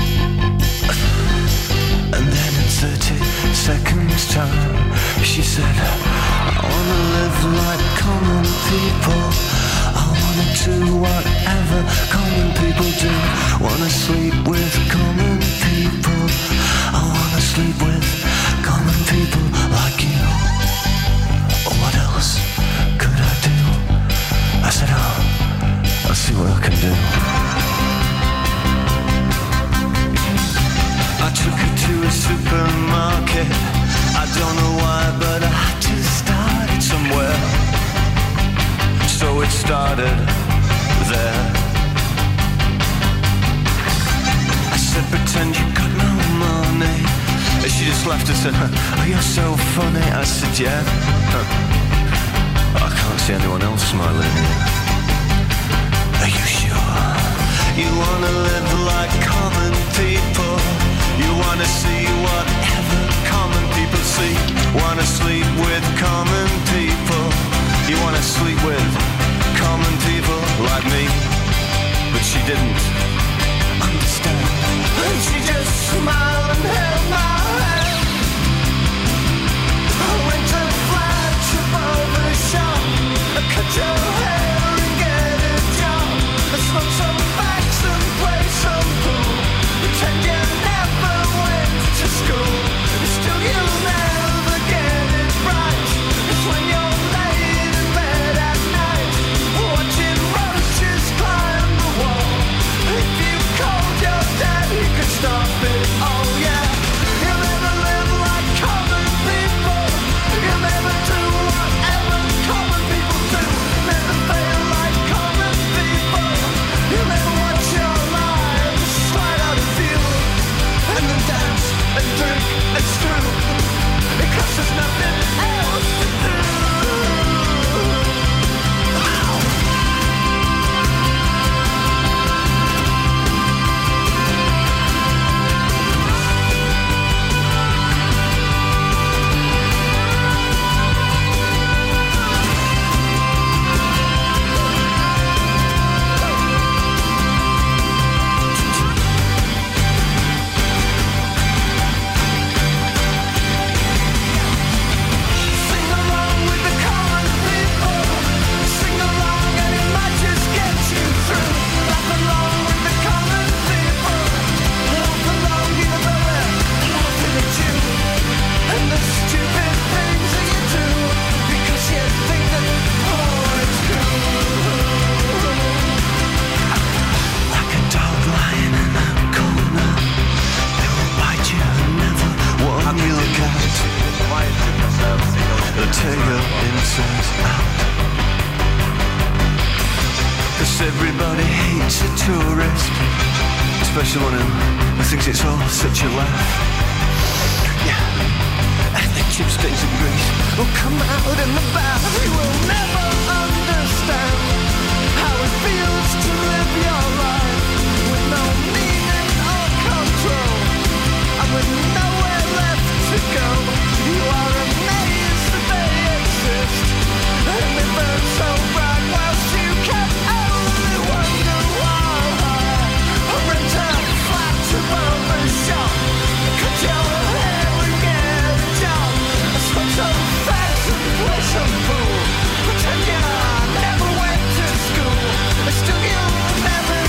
And then in thirty seconds time she said, I wanna live like common people. I wanna do whatever common people do. Wanna sleep with common people. I wanna sleep with common people like you. What else could I do? I said, oh, I'll see what I can do. I took her to a supermarket. I don't know why, but I had to start it somewhere. So it started there. I said, pretend you got no money. And she just laughed and said, oh, you're so funny. I said, yeah. I can't see anyone else smiling. Are you sure? You wanna live like common people. You wanna see whatever common people see. Wanna sleep with common people. You wanna sleep with common people like me. But she didn't understand. And she just smiled and held my hand. I went to flat above the shop. I cut your hair and get a job. I smoke some facts and play some pool. Pretend you never went to school. Still you'll never get it right. It's when you're laid in bed at night, watching roaches climb the wall. If you called your dad, he could stop it. Oh yeah. You'll never live like common people. You'll never do whatever common people do. Never fail like common people. You'll never watch your lives slide out of view. And then dance and drink and screw. Because there's nothing else to do. Sing along with the common people. Sing along and it might just get you through. Laugh along with the common people. Laugh along even though they're laughing at you. And the stupid things that you do. Because you think that, oh, it's cool. Like a dog lying in a corner. They will bite you and never warn you again. They'll tear your insides out. Cause everybody hates a tourist, especially one who thinks it's all such a laugh. Yeah, and the chipsticks and grease will come out in the bath. You will never understand how it feels to live your life with no meaning or control, and with nowhere left to go. You are amazed that they exist, and they burn so bright whilst you can only wonder why. I rent a flat above the shop, cut your hair and get a job. I smoke some facts and play some pool. Pretend you never went to school. Still you'll never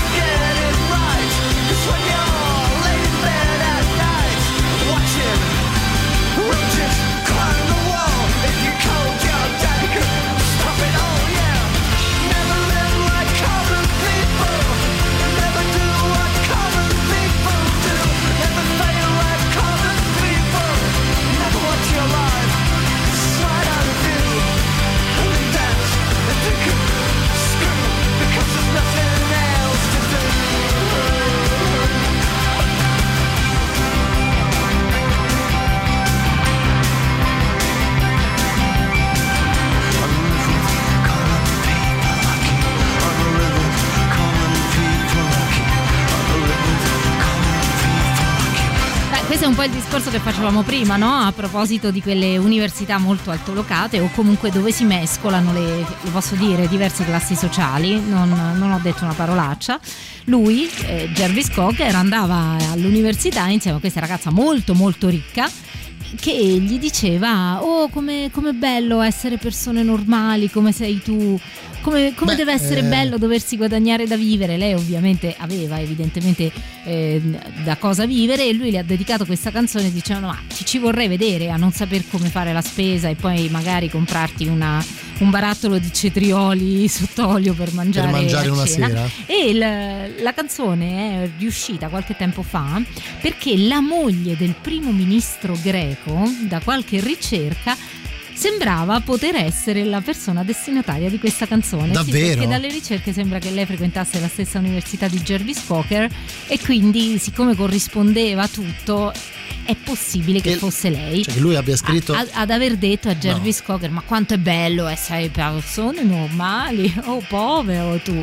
questo è un po' il discorso che facevamo prima, no? A proposito di quelle università molto altolocate o comunque dove si mescolano le, lo posso dire, diverse classi sociali. Non, non ho detto una parolaccia. Lui, eh, Jarvis Cocker, andava all'università insieme a questa ragazza molto molto ricca che gli diceva: oh, come è bello essere persone normali come sei tu, come, come Beh, deve essere eh... bello doversi guadagnare da vivere. Lei ovviamente aveva evidentemente eh, da cosa vivere e lui le ha dedicato questa canzone dicendo: ma ci, ci vorrei vedere a non saper come fare la spesa e poi magari comprarti una, un barattolo di cetrioli sott'olio per mangiare, per mangiare a una cena. sera. E il, la canzone è riuscita qualche tempo fa perché la moglie del primo ministro greco, da qualche ricerca, sembrava poter essere la persona destinataria di questa canzone. Davvero? Sì, perché dalle ricerche sembra che lei frequentasse la stessa università di Jarvis Cocker e quindi, siccome corrispondeva tutto, è possibile che, che fosse lei, cioè che lui abbia scritto a, ad aver detto a Jarvis no. Cocker: ma quanto è bello essere persone normali, oh povero tu.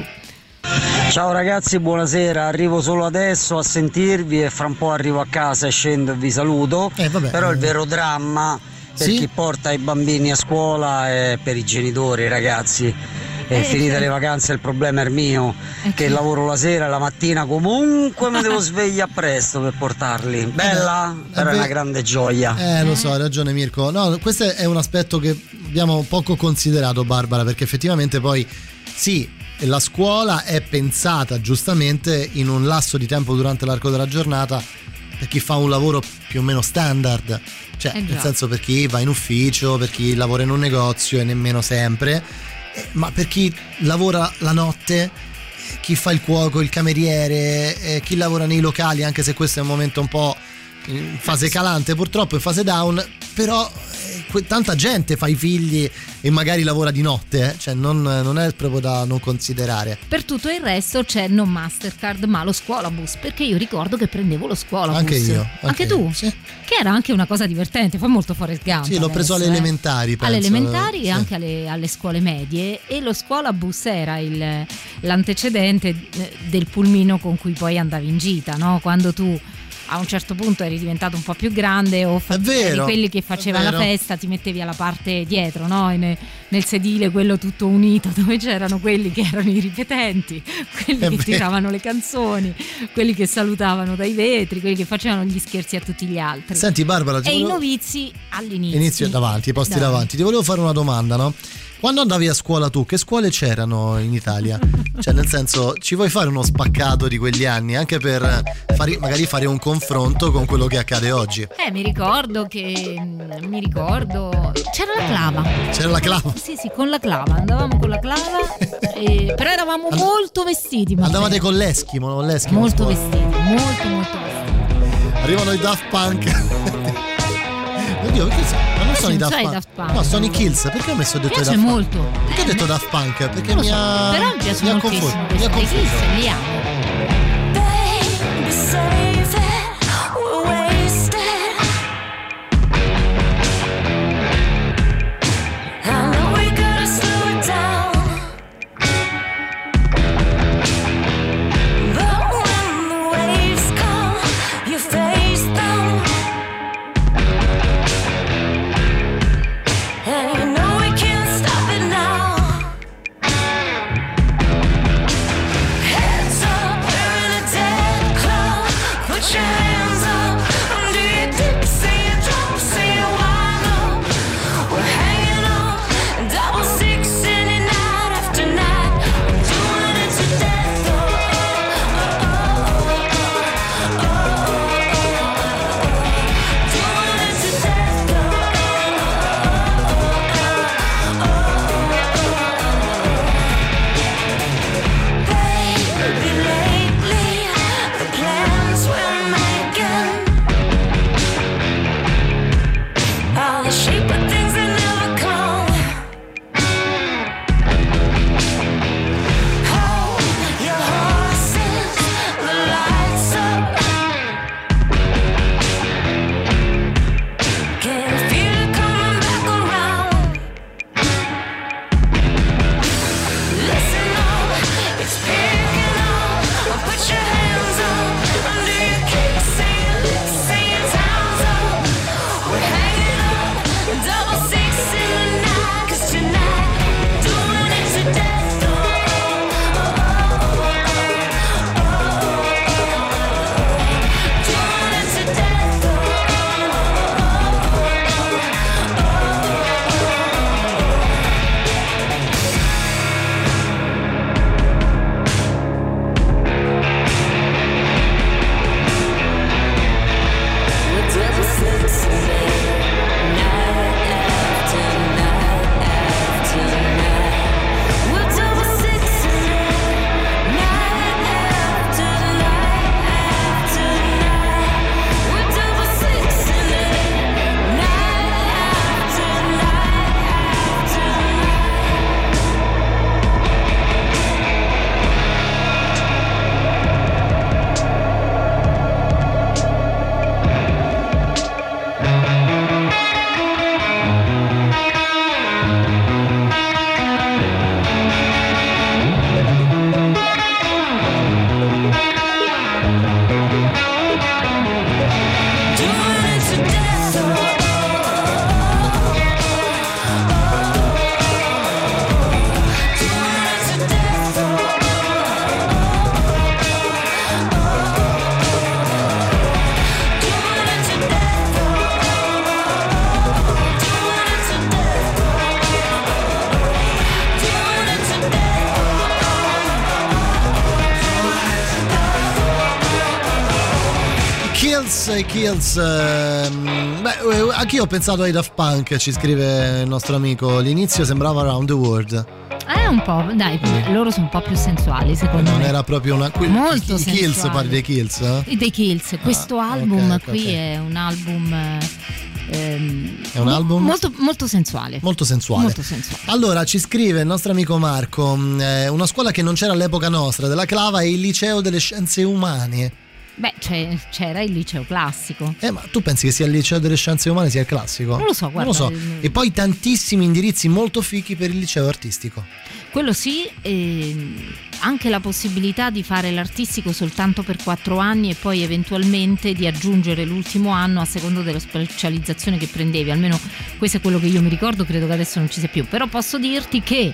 Ciao ragazzi, buonasera, arrivo solo adesso a sentirvi e fra un po' arrivo a casa e scendo e vi saluto. Eh, vabbè, però eh. il vero dramma per sì? chi porta i bambini a scuola è per i genitori, ragazzi. E eh, finite sì. le vacanze il problema è il mio, eh, che sì. lavoro la sera e la mattina comunque mi devo svegliare presto per portarli. Bella, eh, però è una grande gioia. Eh lo so, hai ragione Mirko. No, questo è un aspetto che abbiamo poco considerato, Barbara, perché effettivamente poi sì, la scuola è pensata giustamente in un lasso di tempo durante l'arco della giornata per chi fa un lavoro più o meno standard, cioè eh nel senso per chi va in ufficio, per chi lavora in un negozio e nemmeno sempre, eh, ma per chi lavora la notte, chi fa il cuoco, il cameriere, eh, chi lavora nei locali, anche se questo è un momento un po' in fase calante, purtroppo in fase down, però eh, tanta gente fa i figli e magari lavora di notte, eh? Cioè non, non è proprio da non considerare. Per tutto il resto c'è non Mastercard ma lo scuolabus, perché io ricordo che prendevo lo scuolabus. Anche io. Anche, anche tu? Io, sì. Che era anche una cosa divertente, fa molto Forrest Gump. Sì, l'ho adesso, preso alle eh. elementari, penso. Alle elementari sì. e anche alle, alle scuole medie, e lo scuolabus era il, l'antecedente del pulmino con cui poi andavi in gita, no? Quando tu a un certo punto eri diventato un po' più grande o fa- eri quelli che facevano la festa, ti mettevi alla parte dietro, no? nel, nel sedile quello tutto unito dove c'erano quelli che erano i ripetenti, quelli È che vero. tiravano le canzoni, quelli che salutavano dai vetri, quelli che facevano gli scherzi a tutti gli altri. Senti Barbara, ti e volevo... i novizi all'inizio. Inizio davanti, i posti davanti. davanti. Ti volevo fare una domanda, no? Quando andavi a scuola tu, che scuole c'erano in Italia? Cioè nel senso, ci vuoi fare uno spaccato di quegli anni anche per fare, magari fare un confronto con quello che accade oggi? Eh, mi ricordo che mi ricordo c'era la clava. C'era la clava? Sì, sì, con la clava, andavamo con la clava e... però eravamo And... molto vestiti. Andavate con l'Eschimo, no? L'Eschimo molto vestiti, molto molto vestiti. Arrivano i Daft Punk. Oddio, che sono? Ma non sono i Daft Punk. Daft Punk. No, sono i Kills. Perché ho messo detto Daft Punk? molto. Perché ho detto Daft Punk? Perché mi so, ha però mi piace moltissimo. Mi ha confuso. I Kills li amo. Baby, save it. We're wasted. I know we gotta slow it down. But when the waves come, you face them. And you know we can't stop it now. Heads up. Kills e Kills. ehm, Beh, anch'io ho pensato ai Daft Punk, ci scrive il nostro amico. L'inizio sembrava Around the World. Eh, un po', dai, loro sono un po' più sensuali, secondo Non me. era proprio una. qui- Molto i Kills, sensuali. parli dei Kills? Eh? E dei Kills. Questo album ok, qui ok. è un album ehm, È un album? molto, molto sensuale. Molto sensuale. Molto sensuale. Allora ci scrive il nostro amico Marco, mh, eh, una scuola che non c'era all'epoca nostra della Clava è il liceo delle scienze umane. Beh, c'è- c'era il liceo classico. Eh, ma tu pensi che sia il liceo delle scienze umane sia il classico? Non lo so, guarda, Non lo so. il- E poi tantissimi indirizzi molto fichi per il liceo artistico. Quello sì, ehm, anche la possibilità di fare l'artistico soltanto per quattro anni e poi eventualmente di aggiungere l'ultimo anno a seconda della specializzazione che prendevi. Almeno questo è quello che io mi ricordo, credo che adesso non ci sia più. Però posso dirti che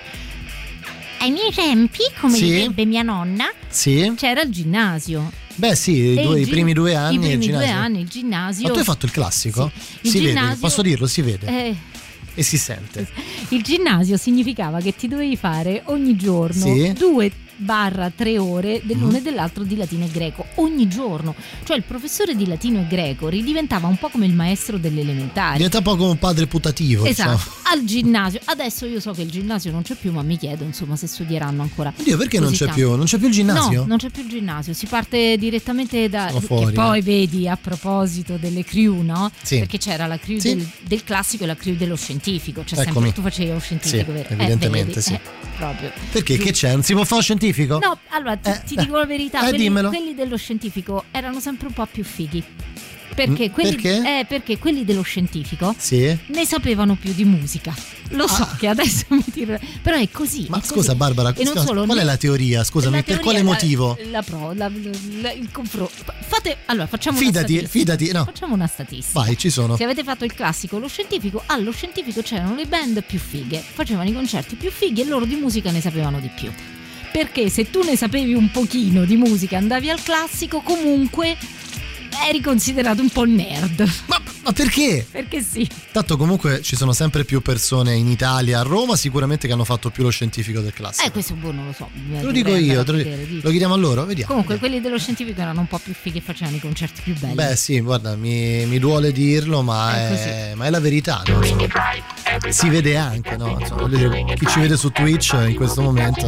ai miei tempi, come Sì. direbbe mia nonna, Sì? c'era il ginnasio. Beh sì, i, E due- il i gin- primi due anni I primi il due ginnasio. anni il ginnasio. Ma tu hai fatto il classico? Il Si vede, ginnasio- posso dirlo, si vede Eh, e si sente. il ginnasio significava che ti dovevi fare ogni giorno Sì. due barra tre ore dell'uno Mm. e dell'altro di latino e greco ogni giorno. Cioè il professore di latino e greco ridiventava un po' come il maestro delle elementari. Diventa un po' come un padre putativo. Esatto, insomma. al ginnasio. Adesso io so che il ginnasio non c'è più, ma mi chiedo insomma se studieranno ancora. Oddio, perché non così c'è tanto. più? Non c'è più il ginnasio? No, non c'è più il ginnasio, si parte direttamente da. Sono fuori, che poi eh. vedi a proposito delle crew, no? Sì. Perché c'era la crew Sì. del, del classico e la crew dello scientifico. Cioè Eccomi. sempre tu facevi lo scientifico, Sì, vero? evidentemente vedi, sì. eh, proprio. Perché? Che c'è? Non si può fare lo scientifico? No, allora ti, Eh, ti eh. dico la verità, Eh, quelli, dimmelo. quelli dello scientifico erano sempre un po' più fighi. Perché Mm, quelli, perché? Eh, perché quelli dello scientifico Sì. ne sapevano più di musica. Lo so che adesso mi tiro. Però è così. Ah. Ma è così. scusa Barbara, E non scusa, solo, qual è ne- la teoria? Scusami, la per teoria quale è la- motivo? La, pro, la, la- il confronto. Fate, allora, facciamo Fidati, una statistica. fidati, no. Facciamo una statistica. Vai, ci sono. Se avete fatto il classico, lo scientifico, allo scientifico c'erano le band più fighe, facevano i concerti più fighi e loro di musica ne sapevano di più. Perché se tu ne sapevi un pochino di musica, andavi al classico, comunque eri considerato un po' nerd. Ma, ma perché? Perché sì. Tanto comunque ci sono sempre più persone in Italia, a Roma sicuramente, che hanno fatto più lo scientifico del classico. Eh, questo boh, non lo so. Te lo dico io, te lo, lo chiediamo a loro, vediamo. Comunque quelli dello scientifico erano un po' più fighi e facevano i concerti più belli. Beh sì, guarda, mi, mi duole dirlo, ma È è, ma è la verità, no? Insomma, si vede anche, no? Insomma, voglio dire, chi ci vede su Twitch in questo momento.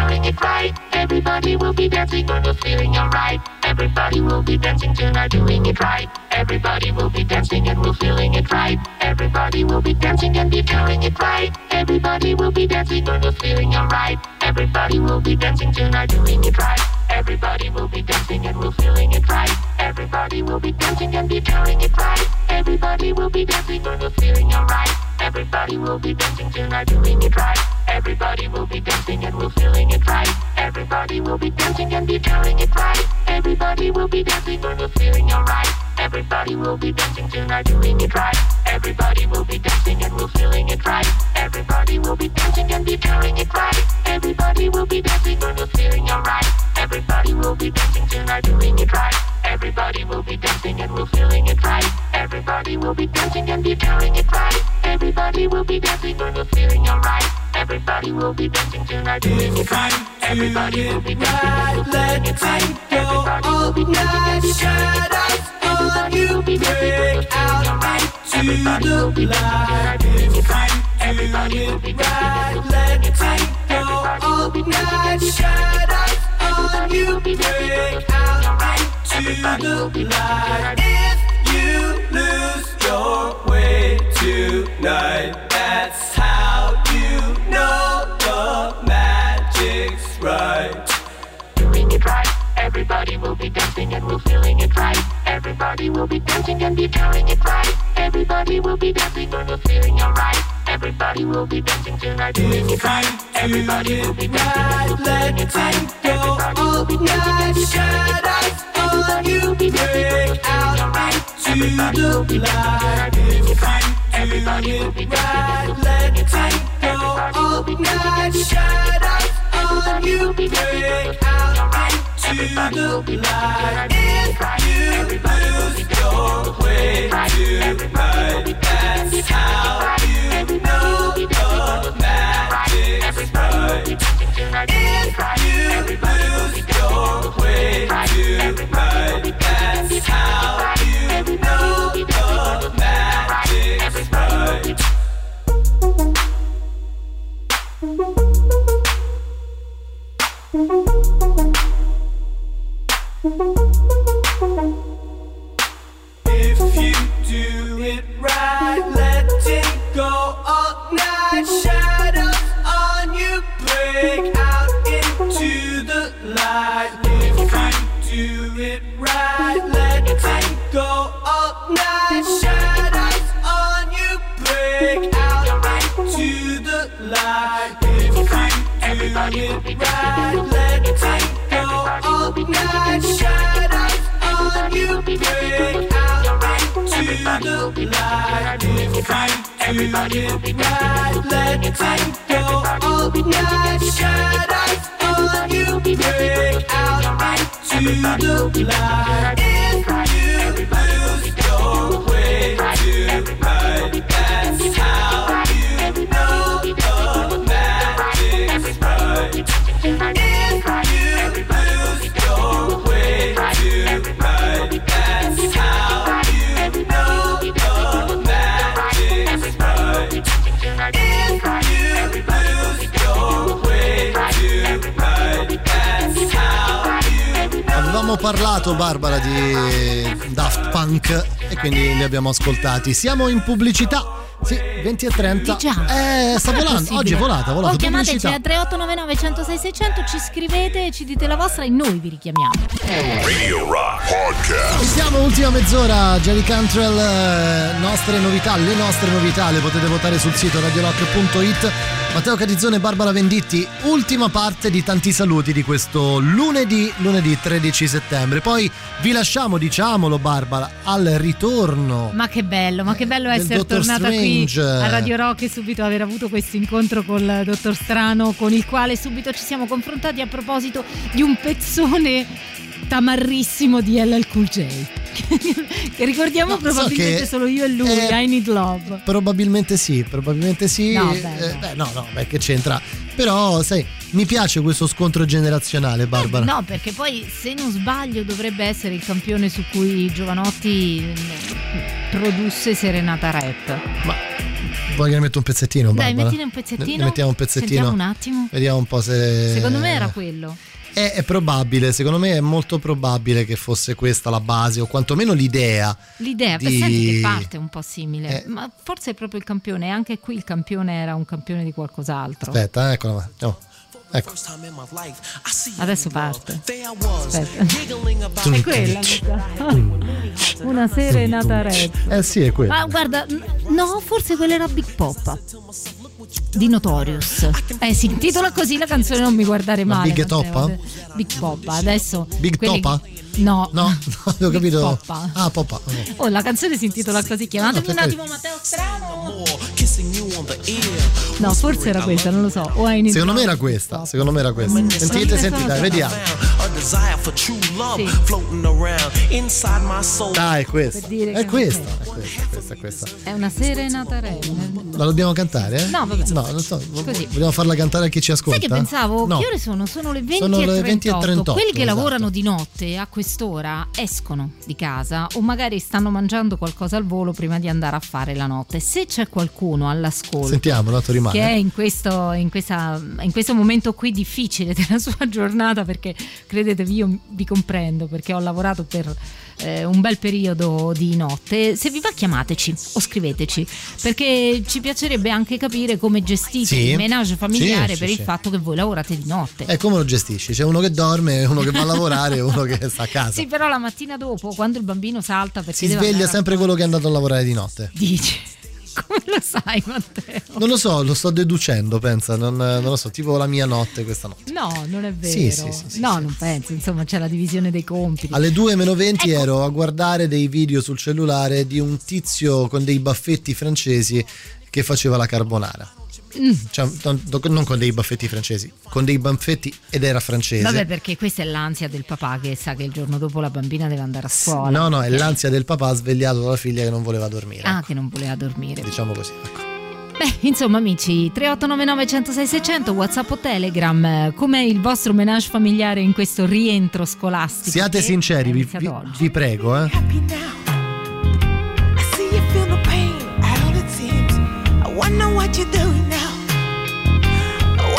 Everybody will be dancing and we're feeling alright. Everybody will be dancing tonight, doing it right. Everybody will be dancing and we're feeling it right. Everybody will be dancing and be doing it right. Everybody will be dancing and we're feeling alright. Everybody will be dancing tonight, doing it right. Everybody will be dancing and we're feeling it right. Everybody will be dancing and be doing it right. Everybody will be dancing and we're feeling alright. Everybody will be dancing tonight, doing it right. Everybody will be dancing and we're feeling it right. Everybody will be dancing and be doing it right. Everybody will be dancing and we're feeling alright. Everybody will be dancing tonight, doing it right. Everybody will be dancing and we're feeling it right. Everybody will be dancing and be doing it right. Everybody will be dancing and we're feeling alright. Everybody will be dancing tonight, doing it right. Everybody will be dancing and we're feeling it right. Everybody will be dancing and be doing it right. Everybody will be dancing and we're feeling alright. Everybody will be dancing tonight, doing it right. Everybody will be dancing and we're feeling it right. Everybody will be dancing and be doing it right. Everybody will be dancing and be doing it right. Everybody will be dancing and we're feeling it right. Everybody will be dancing and be doing it right. Everybody will be dancing and Everybody will be dancing. If you lose your way tonight, that's how you know the magic's right. Doing it right. Everybody will be dancing and we're feeling it right. Everybody will be dancing and be doing it right. Everybody will be dancing and we're feeling alright. Everybody will be dancing tonight, doing it right. Everybody will be dancing and we're feeling it right. Everybody will be dancing and Everybody will be dancing and Everybody will be dancing and Everybody will be dancing and Everybody will be dancing and Everybody will be dancing and Everybody will be dancing If you lose your way tonight, that's how you know the magic's right. If you lose your way tonight, that's how you If you do it right, let it go all night. Shadows on you break out into the light. If you do it right, let it go all night. Shadows on you break out into the light. If you do it right, let it go all night. Shadows on you break out into the light. If you do it right, let it go all night. Shadows on you break out into the light. If you lose your way tonight, that's how you know the magic's right. If you lose your way tonight, that's how you know the magic's right. If you lose your way tonight, that's how you know. Avevamo parlato, Barbara, di Daft Punk e quindi li abbiamo ascoltati. Siamo in pubblicità. Sì, venti e trenta. Eh, sta volando. Oggi è volata, volata. O chiamateci pubblicità. a tre otto nove nove uno zero sei sei zero zero, ci scrivete, ci dite la vostra e noi vi richiamiamo. Radio Rock Podcast. Siamo ultima mezz'ora, Jerry Cantrell, eh, nostre novità, le nostre novità le potete votare sul sito radio rock punto it. Matteo Catizzone e Barbara Venditti, ultima parte di tanti saluti di questo lunedì, lunedì tredici settembre. Poi vi lasciamo, diciamolo Barbara, al ritorno. Ma che bello, ma che bello Del essere Dottor tornata qui Strange. a Radio Rock e subito aver avuto questo incontro col Dottor Strano, con il quale subito ci siamo confrontati a proposito di un pezzone tamarrissimo di L L Cool J che ricordiamo No, so probabilmente che solo io e lui, è- I Need Love. Probabilmente sì, probabilmente sì. No, Eh, beh, beh, no, no, beh, che c'entra. Però, sai, mi piace questo scontro generazionale, Barbara. No, perché poi se non sbaglio dovrebbe essere il campione su cui Giovanotti mh, produsse Serenata Rap. Ma vuoi che ne metto un pezzettino, Dai, Barbara? mettine un pezzettino. Ne, ne mettiamo un pezzettino. Sentiamo un attimo. Vediamo un po' se. Secondo me era quello. È, è probabile, secondo me è molto probabile che fosse questa la base, o quantomeno l'idea. L'idea, di... senti che parte un po' simile, Eh. ma forse è proprio il campione, anche qui il campione era un campione di qualcos'altro. Aspetta, eh, eccola. Oh. Ecco. Adesso parte. Aspetta. È quella. Una serenata rap. Eh sì, è quello. Ma guarda, n- no, forse quella era Big Poppa di Notorious. Eh, si intitola così la canzone, non mi guardare Ma male. Big Matteo. Toppa? Big Poppa, adesso. Big quelli- Toppa? No. No, no, avevo Big capito. Poppa. Ah, Poppa. ok. Oh, la canzone si intitola così, chiamatemi No, un per attimo Matteo Strano. No, forse era questa, non lo so. O hai iniziato- Secondo me era questa. Secondo me era questa. Sentite, sentite, dai, vediamo. Dai, è questa. Per dire È che- questa, è questa, è questa, è questa. È una serenata rap. La dobbiamo cantare? Eh? No, vabbè. No, non so. Così. Vogliamo farla cantare a chi ci ascolta? Sai che pensavo? No. Che ore sono? Sono le venti, Sono le e, venti e trentotto. trentotto, Quelli che esatto. lavorano di notte a quest'ora escono di casa o magari stanno mangiando qualcosa al volo prima di andare a fare la notte. Se c'è qualcuno all'ascolto Sentiamo, dato rimane. che è in questo, in, questa, in questo momento qui difficile della sua giornata, perché credetevi, io vi comprendo, perché ho lavorato per eh, un bel periodo di notte. Se vi va, chiamateci o scriveteci, perché ci piacerebbe anche capire come gestite Sì. il menage familiare Sì, sì, per il sì. fatto che voi lavorate di notte. E come lo gestisci? C'è uno che dorme, uno che va a lavorare e uno che sta a casa. Sì, però la mattina dopo, quando il bambino salta perché Si deve sveglia andare a- sempre quello che è andato a lavorare di notte. Dici? Come lo sai, Matteo? Non lo so, lo sto deducendo, pensa, non, non lo so, tipo la mia notte questa notte. No, non è vero. Sì, sì, sì, sì, no, sì. non penso, insomma, c'è la divisione dei compiti. Alle due meno venti Ecco. ero a guardare dei video sul cellulare di un tizio con dei baffetti francesi che faceva la carbonara. Mm. Cioè, non, non con dei baffetti francesi, con dei baffetti, ed era francese. Vabbè, perché questa è l'ansia del papà che sa che il giorno dopo la bambina deve andare a scuola. No, no, è l'ansia del papà svegliato dalla figlia che non voleva dormire. Ah, che non voleva dormire. Diciamo così, ecco. Beh, insomma, amici, tre otto nove nove uno zero sei sei zero zero, WhatsApp o Telegram, eh, com'è il vostro menage familiare in questo rientro scolastico? Siate che sinceri, è vi, iniziato vi- oggi? vi prego, eh. I see you feel the pain at all it seems. I wonder what you're doing now.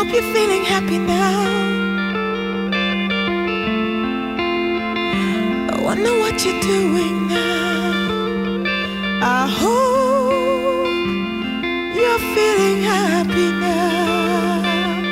hope you're feeling happy now. I wonder what you're doing now. I hope you're feeling happy now.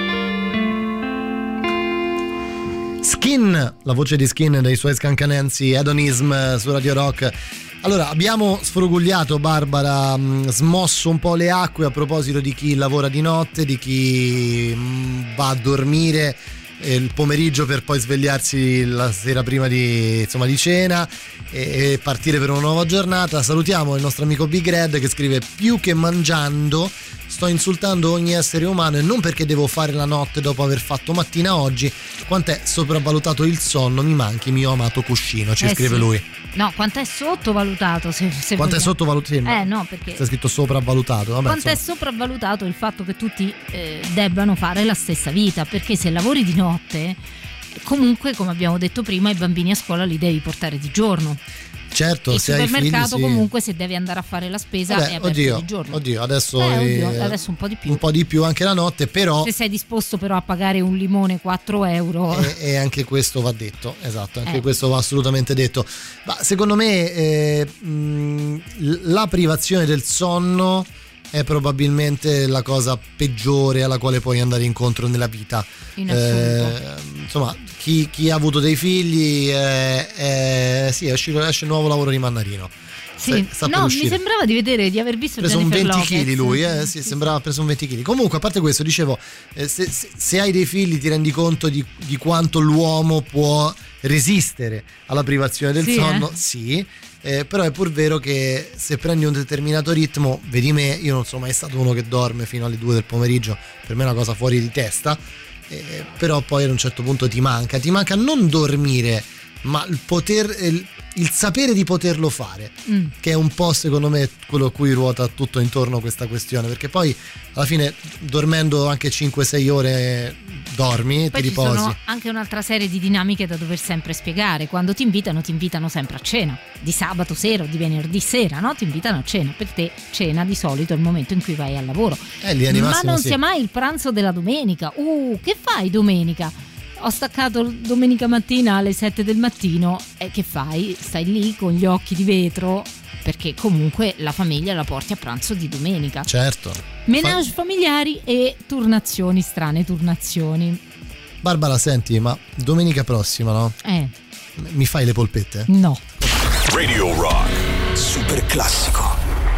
Skin, la voce di Skin dei suoi scancanensi Hedonism su Radio Rock. Allora, abbiamo sfrogugliato, Barbara, mh, smosso un po' le acque a proposito di chi lavora di notte, di chi mh, va a dormire eh, il pomeriggio per poi svegliarsi la sera prima di, insomma, di cena e, e partire per una nuova giornata. Salutiamo il nostro amico Big Red che scrive: più che mangiando sto insultando ogni essere umano, e non perché devo fare la notte dopo aver fatto mattina oggi. Quant'è sopravvalutato il sonno, mi manchi mio amato cuscino, ci Eh scrive sì. lui. No, quanto è sottovalutato, se, se Quanto è vogliamo. sottovalutato? Sì, Eh no, perché c'è scritto sopravvalutato. Vabbè, quanto è insomma. sopravvalutato il fatto che tutti eh, debbano fare la stessa vita, perché se lavori di notte, comunque, come abbiamo detto prima, i bambini a scuola li devi portare di giorno. Certo, Il se hai figli, supermercato sì. comunque, se devi andare a fare la spesa, Vabbè, è aperto oddio, di giorno. oddio, adesso, Eh, oddio, eh, adesso un po' di più. un po' di più anche la notte, però Se sei disposto però a pagare un limone quattro euro. e, e anche questo va detto, esatto, anche Eh. questo va assolutamente detto. Ma secondo me eh, mh, la privazione del sonno è probabilmente la cosa peggiore alla quale puoi andare incontro nella vita. In assoluto. Insomma, chi, chi ha avuto dei figli eh, eh, sì, esce, esce il nuovo lavoro di Mannarino. Sì. Sta- sta per No, mi uscire. sembrava di vedere, di aver visto Ha preso un Jennifer venti Lopez. chili lui, eh? Sì, sembrava ha preso un venti chili. Comunque, a parte questo, dicevo, eh, se, se- se hai dei figli ti rendi conto di, di quanto l'uomo può resistere alla privazione del Sì, sonno, eh? sì, eh, però è pur vero che se prendi un determinato ritmo, vedi me, io non sono mai stato uno che dorme fino alle due del pomeriggio, per me è una cosa fuori di testa, eh, però poi ad un certo punto ti manca, ti manca non dormire, ma il poter... il- il sapere di poterlo fare, Mm. che è un po' secondo me quello a cui ruota tutto intorno questa questione, perché poi alla fine dormendo anche cinque sei ore dormi, Poi ti ci riposi. sono anche un'altra serie di dinamiche da dover sempre spiegare. Quando ti invitano, ti invitano sempre a cena. Di sabato sera o di venerdì sera, no? Ti invitano a cena. Per te cena di solito è il momento in cui vai al lavoro. Eh, in linea di Ma massima non sì. sia mai il pranzo della domenica. Uh, che fai domenica? Ho staccato domenica mattina alle sette del mattino. E che fai? Stai lì con gli occhi di vetro, perché comunque la famiglia la porti a pranzo di domenica. Certo. Menage familiari e turnazioni, strane turnazioni. Barbara, senti, ma domenica prossima, no? Eh, Mi fai le polpette? no. Radio Rock. Super classico.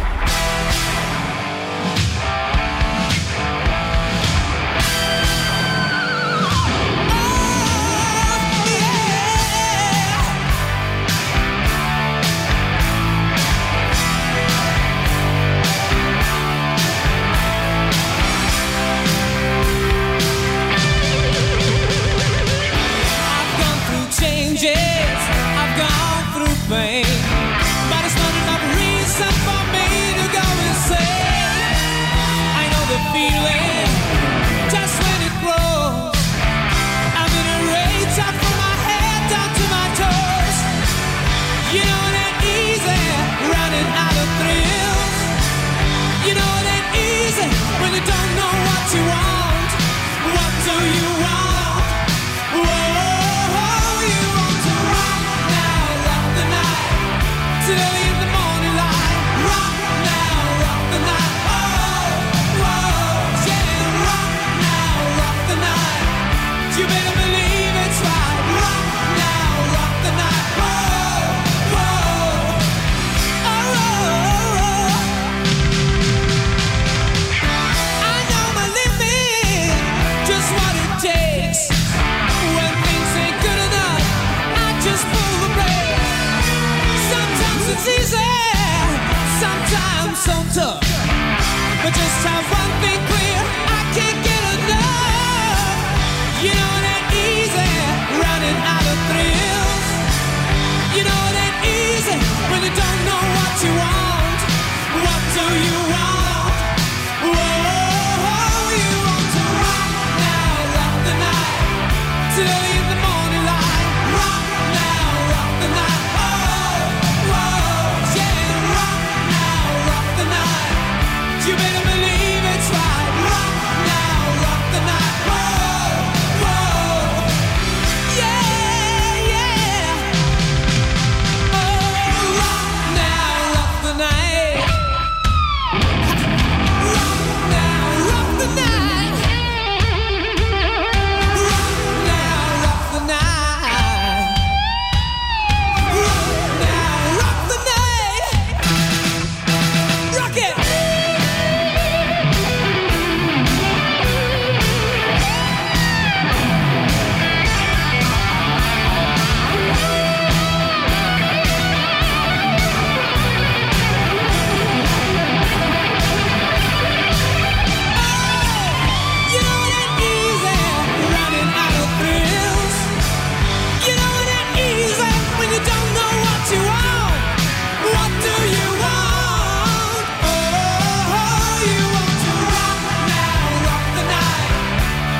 I've gone through changes, I've gone through pain, but it's not enough reason for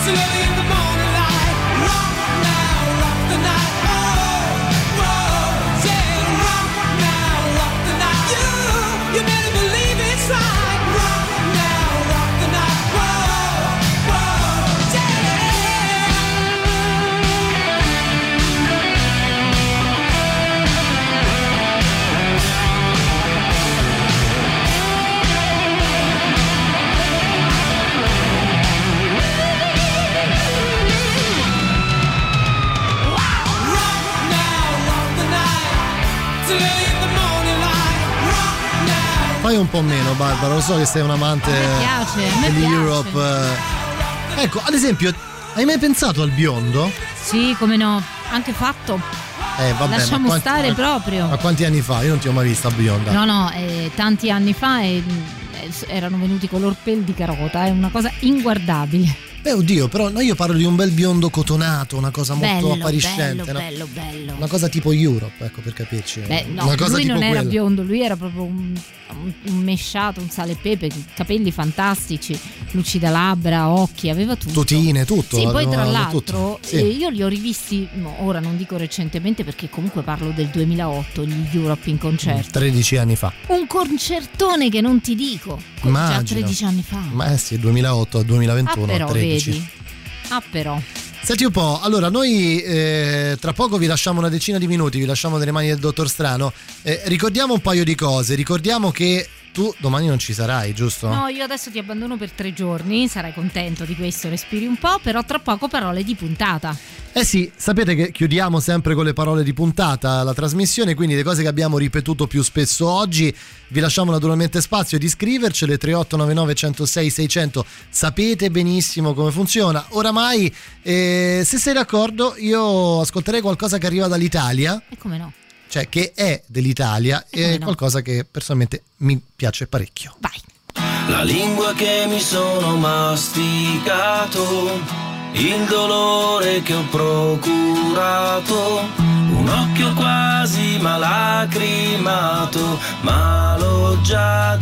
till early in the morning light. Rock now, rock the night. Oh, whoa, yeah, rock now, rock the night. You, you better believe it's right. Rock now, rock the night. Whoa, whoa, yeah. Fai un po' meno, Barbara, lo so che sei un amante Mi piace, a me degli piace. Europe. Ecco, ad esempio, hai mai pensato al biondo? Sì, come no, anche fatto. Eh, vabbè, Lasciamo ma quanti- stare ma- proprio. Ma quanti anni fa? Io non ti ho mai vista bionda. No, no, eh, tanti anni fa eh, eh, erano venuti color pel di carota, è una cosa inguardabile. Beh, oddio, però no, io parlo di un bel biondo cotonato, una cosa molto Bello, appariscente, bello, no? bello, bello. Una cosa tipo Europe, ecco, per capirci. Beh, no, una cosa lui tipo non era quella. biondo, lui era proprio un, un, un mesciato, un sale e pepe, capelli fantastici, lucida labbra, occhi, aveva tutto. Tutine, tutto. Sì, poi tra avevano l'altro tutto. Sì. eh, io li ho rivisti, no, ora non dico recentemente perché comunque parlo del duemilaotto, gli Europe in concerto. tredici anni fa. Un concertone che non ti dico, già Immagino. tredici anni fa. Ma eh sì, duemilaotto a duemilaventuno, Ah però, tredici. vedi. Ah però. Senti un po', allora noi eh, tra poco vi lasciamo una decina di minuti, vi lasciamo nelle mani del Dottor Strano. Eh, ricordiamo un paio di cose, ricordiamo che tu domani non ci sarai, giusto? No, io adesso ti abbandono per tre giorni, sarai contento di questo, respiri un po', però tra poco parole di puntata. Eh sì, sapete che chiudiamo sempre con le parole di puntata la trasmissione, quindi le cose che abbiamo ripetuto più spesso oggi. Vi lasciamo naturalmente spazio di scrivercele, tre otto nove nove uno zero sei sei zero zero, sapete benissimo come funziona. Oramai, eh, se sei d'accordo, io ascolterei qualcosa che arriva dall'Italia, E come no? cioè che è dell'Italia, E e come no? qualcosa che personalmente mi piace parecchio. La lingua che mi sono masticato, il dolore che ho procurato, un occhio quasi malacrimato, ma l'ho già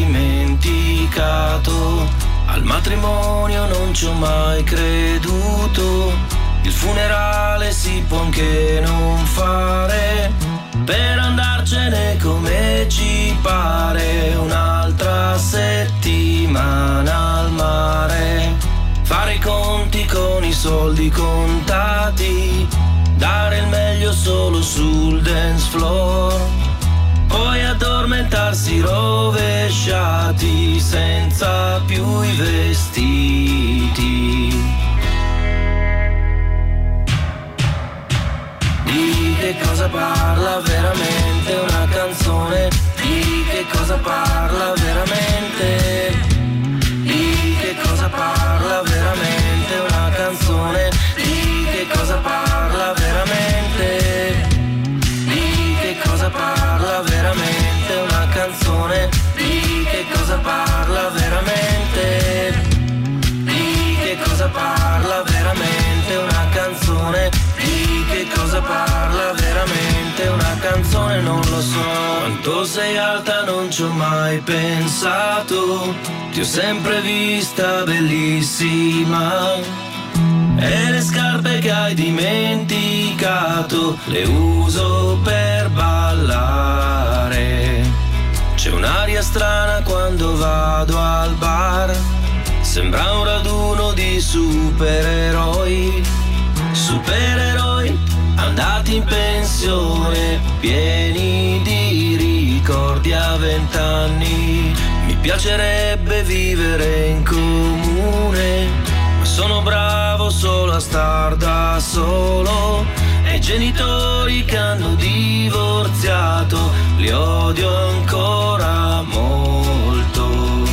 dimenticato. Al matrimonio non ci ho mai creduto, il funerale si può anche non fare, per andarcene come ci pare, un'altra settimana al mare, fare i conti con i soldi contati, dare il meglio solo sul dance floor, poi addormentarsi rovesciati senza più i vestiti. Di che cosa parla veramente una canzone? Di che cosa parla veramente? Di che cosa parla veramente una canzone? Di che cosa parla veramente? Di che cosa parla veramente una canzone? Di che cosa parla veramente? Di che cosa parla veramente una canzone? Di che cosa parla veramente una canzone? Non lo so. Quanto sei alta non ci ho mai pensato, ti ho sempre vista bellissima, e le scarpe che hai dimenticato le uso per ballare. C'è un'aria strana quando vado al bar, sembra un raduno di supereroi, supereroi andati in pensione, pieni di ricordi a vent'anni. Mi piacerebbe vivere in comune, ma sono bravo solo a star da solo, e i genitori che hanno divorziato li odio ancora molto.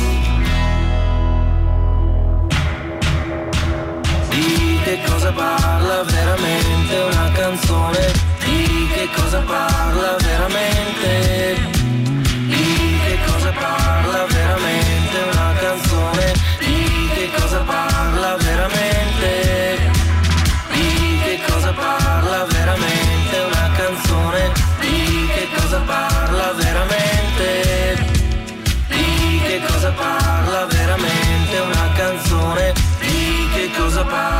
Di che cosa parla veramente una canzone? Di che cosa parla veramente? Di che cosa parla veramente una canzone? Di che cosa parla veramente? Di che cosa parla veramente una canzone? Di che cosa parla veramente? Di che cosa parla veramente una canzone? Di che cosa parla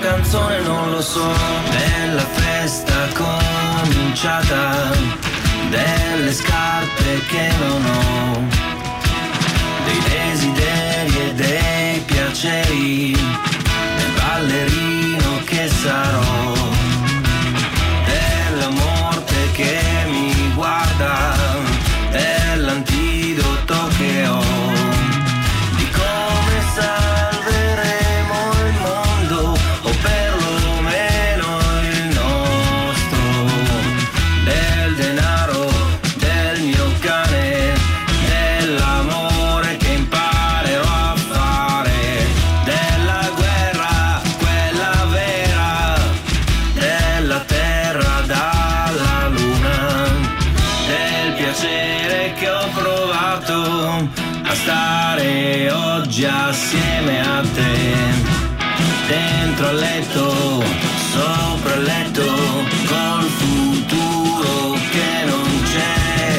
canzone non lo so, della festa cominciata, delle scarpe che non ho, dei desideri e dei piaceri, del ballerino che sarò, della morte che mi guarda, dell'antidoto che ho, di come salveremo il mondo o perlomeno il nostro, del denaro, del mio cane, dell'amore che imparerò a fare, della guerra, quella vera, della terra dalla luna, del piacere che ho provato a stare oggi assieme a te, dentro al letto, sopra il letto, col futuro che non c'è.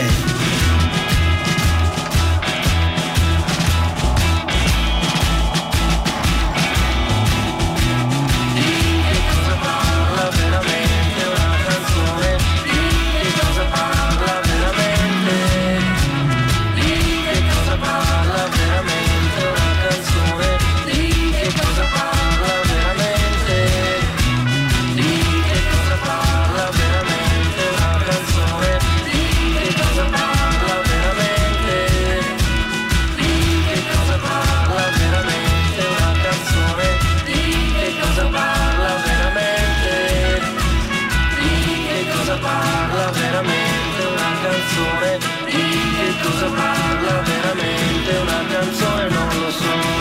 Di che cosa parla veramente una canzone? Di che cosa parla veramente? Di che cosa parla veramente una canzone? Di che cosa parla veramente? Di che cosa parla veramente una canzone? Di che cosa parla veramente? Di che cosa parla veramente una canzone? Di che cosa parla veramente? Di che cosa parla veramente una canzone? Di che cosa parla veramente una canzone? Non lo so.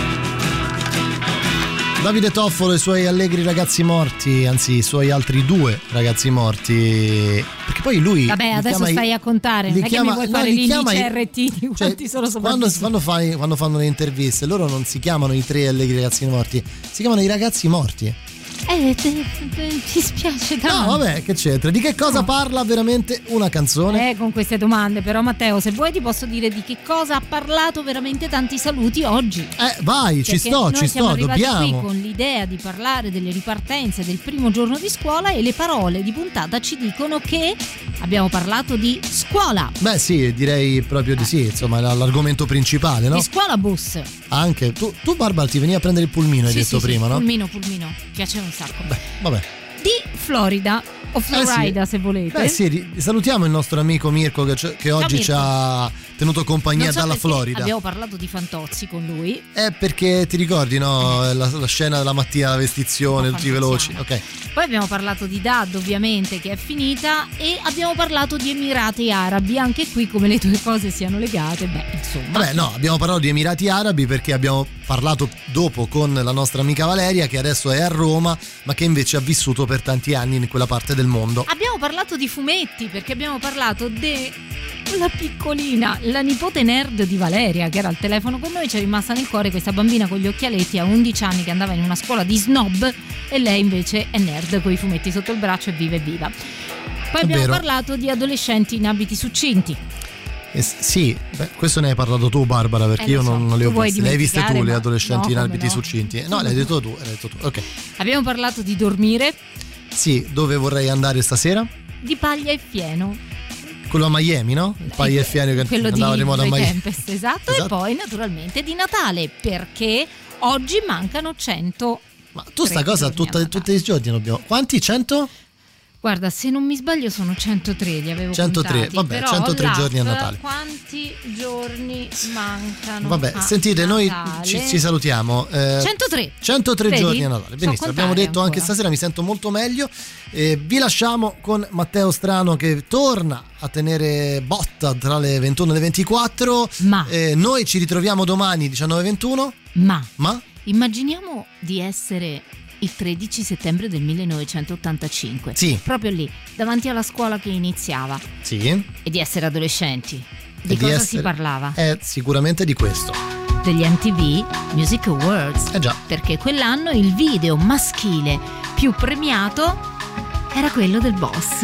Davide Toffolo e i suoi allegri ragazzi morti, anzi i suoi altri due ragazzi morti, perché poi lui Vabbè, li adesso chiama i- stai a contare, non li è chiama- che mi vuoi no, fare li l'indice chiama i- R T di quanti sono quando, sopravvissuti. quando, fai- quando fanno le interviste loro non si chiamano i tre allegri ragazzi morti, si chiamano i ragazzi morti. Eh, te- te- ti spiace tanto. No vabbè, che c'entra, di che cosa parla veramente una canzone? Eh, con queste domande, però Matteo, se vuoi ti posso dire di che cosa ha parlato veramente Tanti Saluti oggi. Eh vai, ci Perché sto, noi ci siamo sto, arrivati dobbiamo. qui con l'idea di parlare delle ripartenze del primo giorno di scuola e le parole di puntata ci dicono che abbiamo parlato di scuola. Beh sì, direi proprio di sì, insomma, l- l'argomento principale, no? Di scuola bus. Anche tu, tu Barbara ti veniva a prendere il pulmino, hai Sì, detto sì, prima, sì, no? Pulmino, pulmino. Piace un sacco. Vabbè. Di Florida o Florida Eh sì. se volete. Beh sì, ri- salutiamo il nostro amico Mirko che, c- che oggi Mirko. ci ha tenuto compagnia Non so dalla perché Florida. Abbiamo parlato di Fantozzi con lui. È perché ti ricordi, no? La, la scena della mattina, la vestizione, tutti veloci. Ok. Poi abbiamo parlato di Dad, ovviamente, che è finita, e abbiamo parlato di Emirati Arabi. Anche qui, come le due cose siano legate, beh, insomma. Vabbè, no, abbiamo parlato di Emirati Arabi perché abbiamo parlato dopo con la nostra amica Valeria, che adesso è a Roma, ma che invece ha vissuto per tanti anni in quella parte del mondo. Abbiamo parlato di fumetti, perché abbiamo parlato della piccolina, la nipote nerd di Valeria, che era al telefono con noi. Ci è rimasta nel cuore questa bambina con gli occhialetti a undici anni che andava in una scuola di snob, e lei invece è nerd con i fumetti sotto il braccio e viva e viva. Poi È abbiamo vero. parlato di adolescenti in abiti succinti. Eh, sì, beh, questo ne hai parlato tu Barbara, perché Eh, io lo so. non, non le ho Tu vuoi viste. Le hai viste tu dimenticare, le ma- adolescenti no, in come abiti no. succinti? No, l'hai detto tu, l'hai detto tu. Ok. Abbiamo parlato di dormire, Sì, dove vorrei andare stasera? di paglia e fieno. Quello a Miami, no? Il Pai e Fiano che Quello di andava di moda a Joy Miami. Tempest, esatto. Esatto. E poi naturalmente di Natale, perché oggi mancano cento. Ma tu sta cosa tutta- tutti i giorni dobbiamo. Quanti? cento? Guarda, se non mi sbaglio sono centotré, li avevo centotré, contati, vabbè, però centotré l'app, giorni a Natale. Quanti giorni mancano? Vabbè, a sentite, noi Natale? ci, ci salutiamo. Eh, centotré. centotré Vedi? giorni a Natale. So Benissimo, abbiamo contare detto anche ancora. stasera, mi sento molto meglio. Eh, vi lasciamo con Matteo Strano che torna a tenere botta tra le ventuno e le ventiquattro. Ma Eh, noi ci ritroviamo domani diciannove e ventuno. Ma Ma? immaginiamo di essere il tredici settembre del millenovecentottantacinque. Sì. Proprio lì, davanti alla scuola che iniziava. Sì. E di essere adolescenti. Di E cosa essere- si parlava? Eh, sicuramente di questo. Degli M T V Music Awards. Eh già. Perché quell'anno il video maschile più premiato era quello del Boss.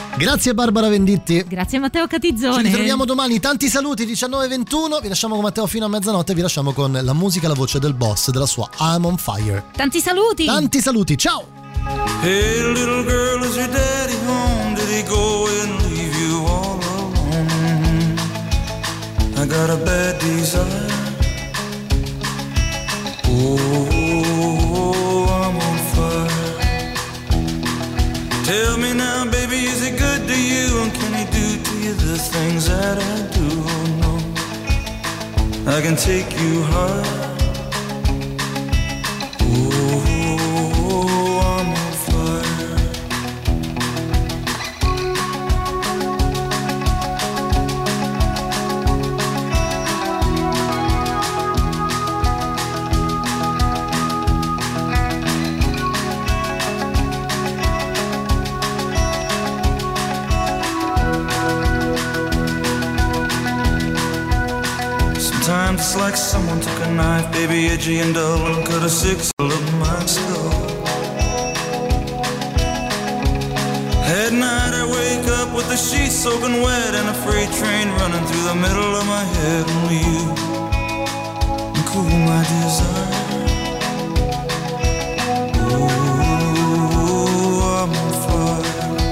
Grazie Barbara Venditti. Grazie Matteo Catizzone. Ci ritroviamo domani, tanti saluti, diciannove e ventuno. Vi lasciamo con Matteo fino a mezzanotte. Vi lasciamo con la musica, la voce del boss, della sua I'm on Fire. Tanti saluti. Tanti saluti, ciao. Hey little girl, is your daddy home? Did he go and leave you all alone? I got a bad desire. Oh, I'm on fire. Tell me now, baby, is he good to you? And can he do to you the things that I do? Oh no, I can take you high. Sometimes it's like someone took a knife, baby, edgy and dull, and cut a six of my skull. At night I wake up with the sheets soaking wet and a freight train running through the middle of my head. Only you can cool my desire. Oh, I'm on fire.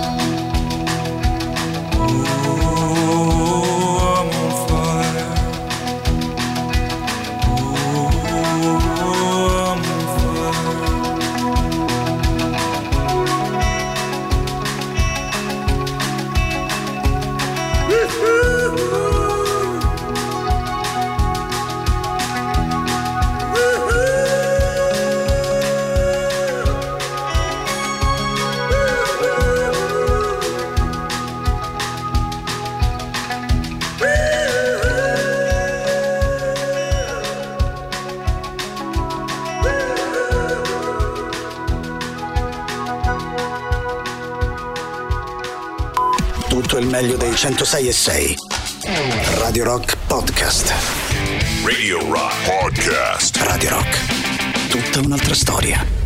Il meglio dei centosei e sei. Radio Rock Podcast. Radio Rock Podcast. Radio Rock. Tutta un'altra storia.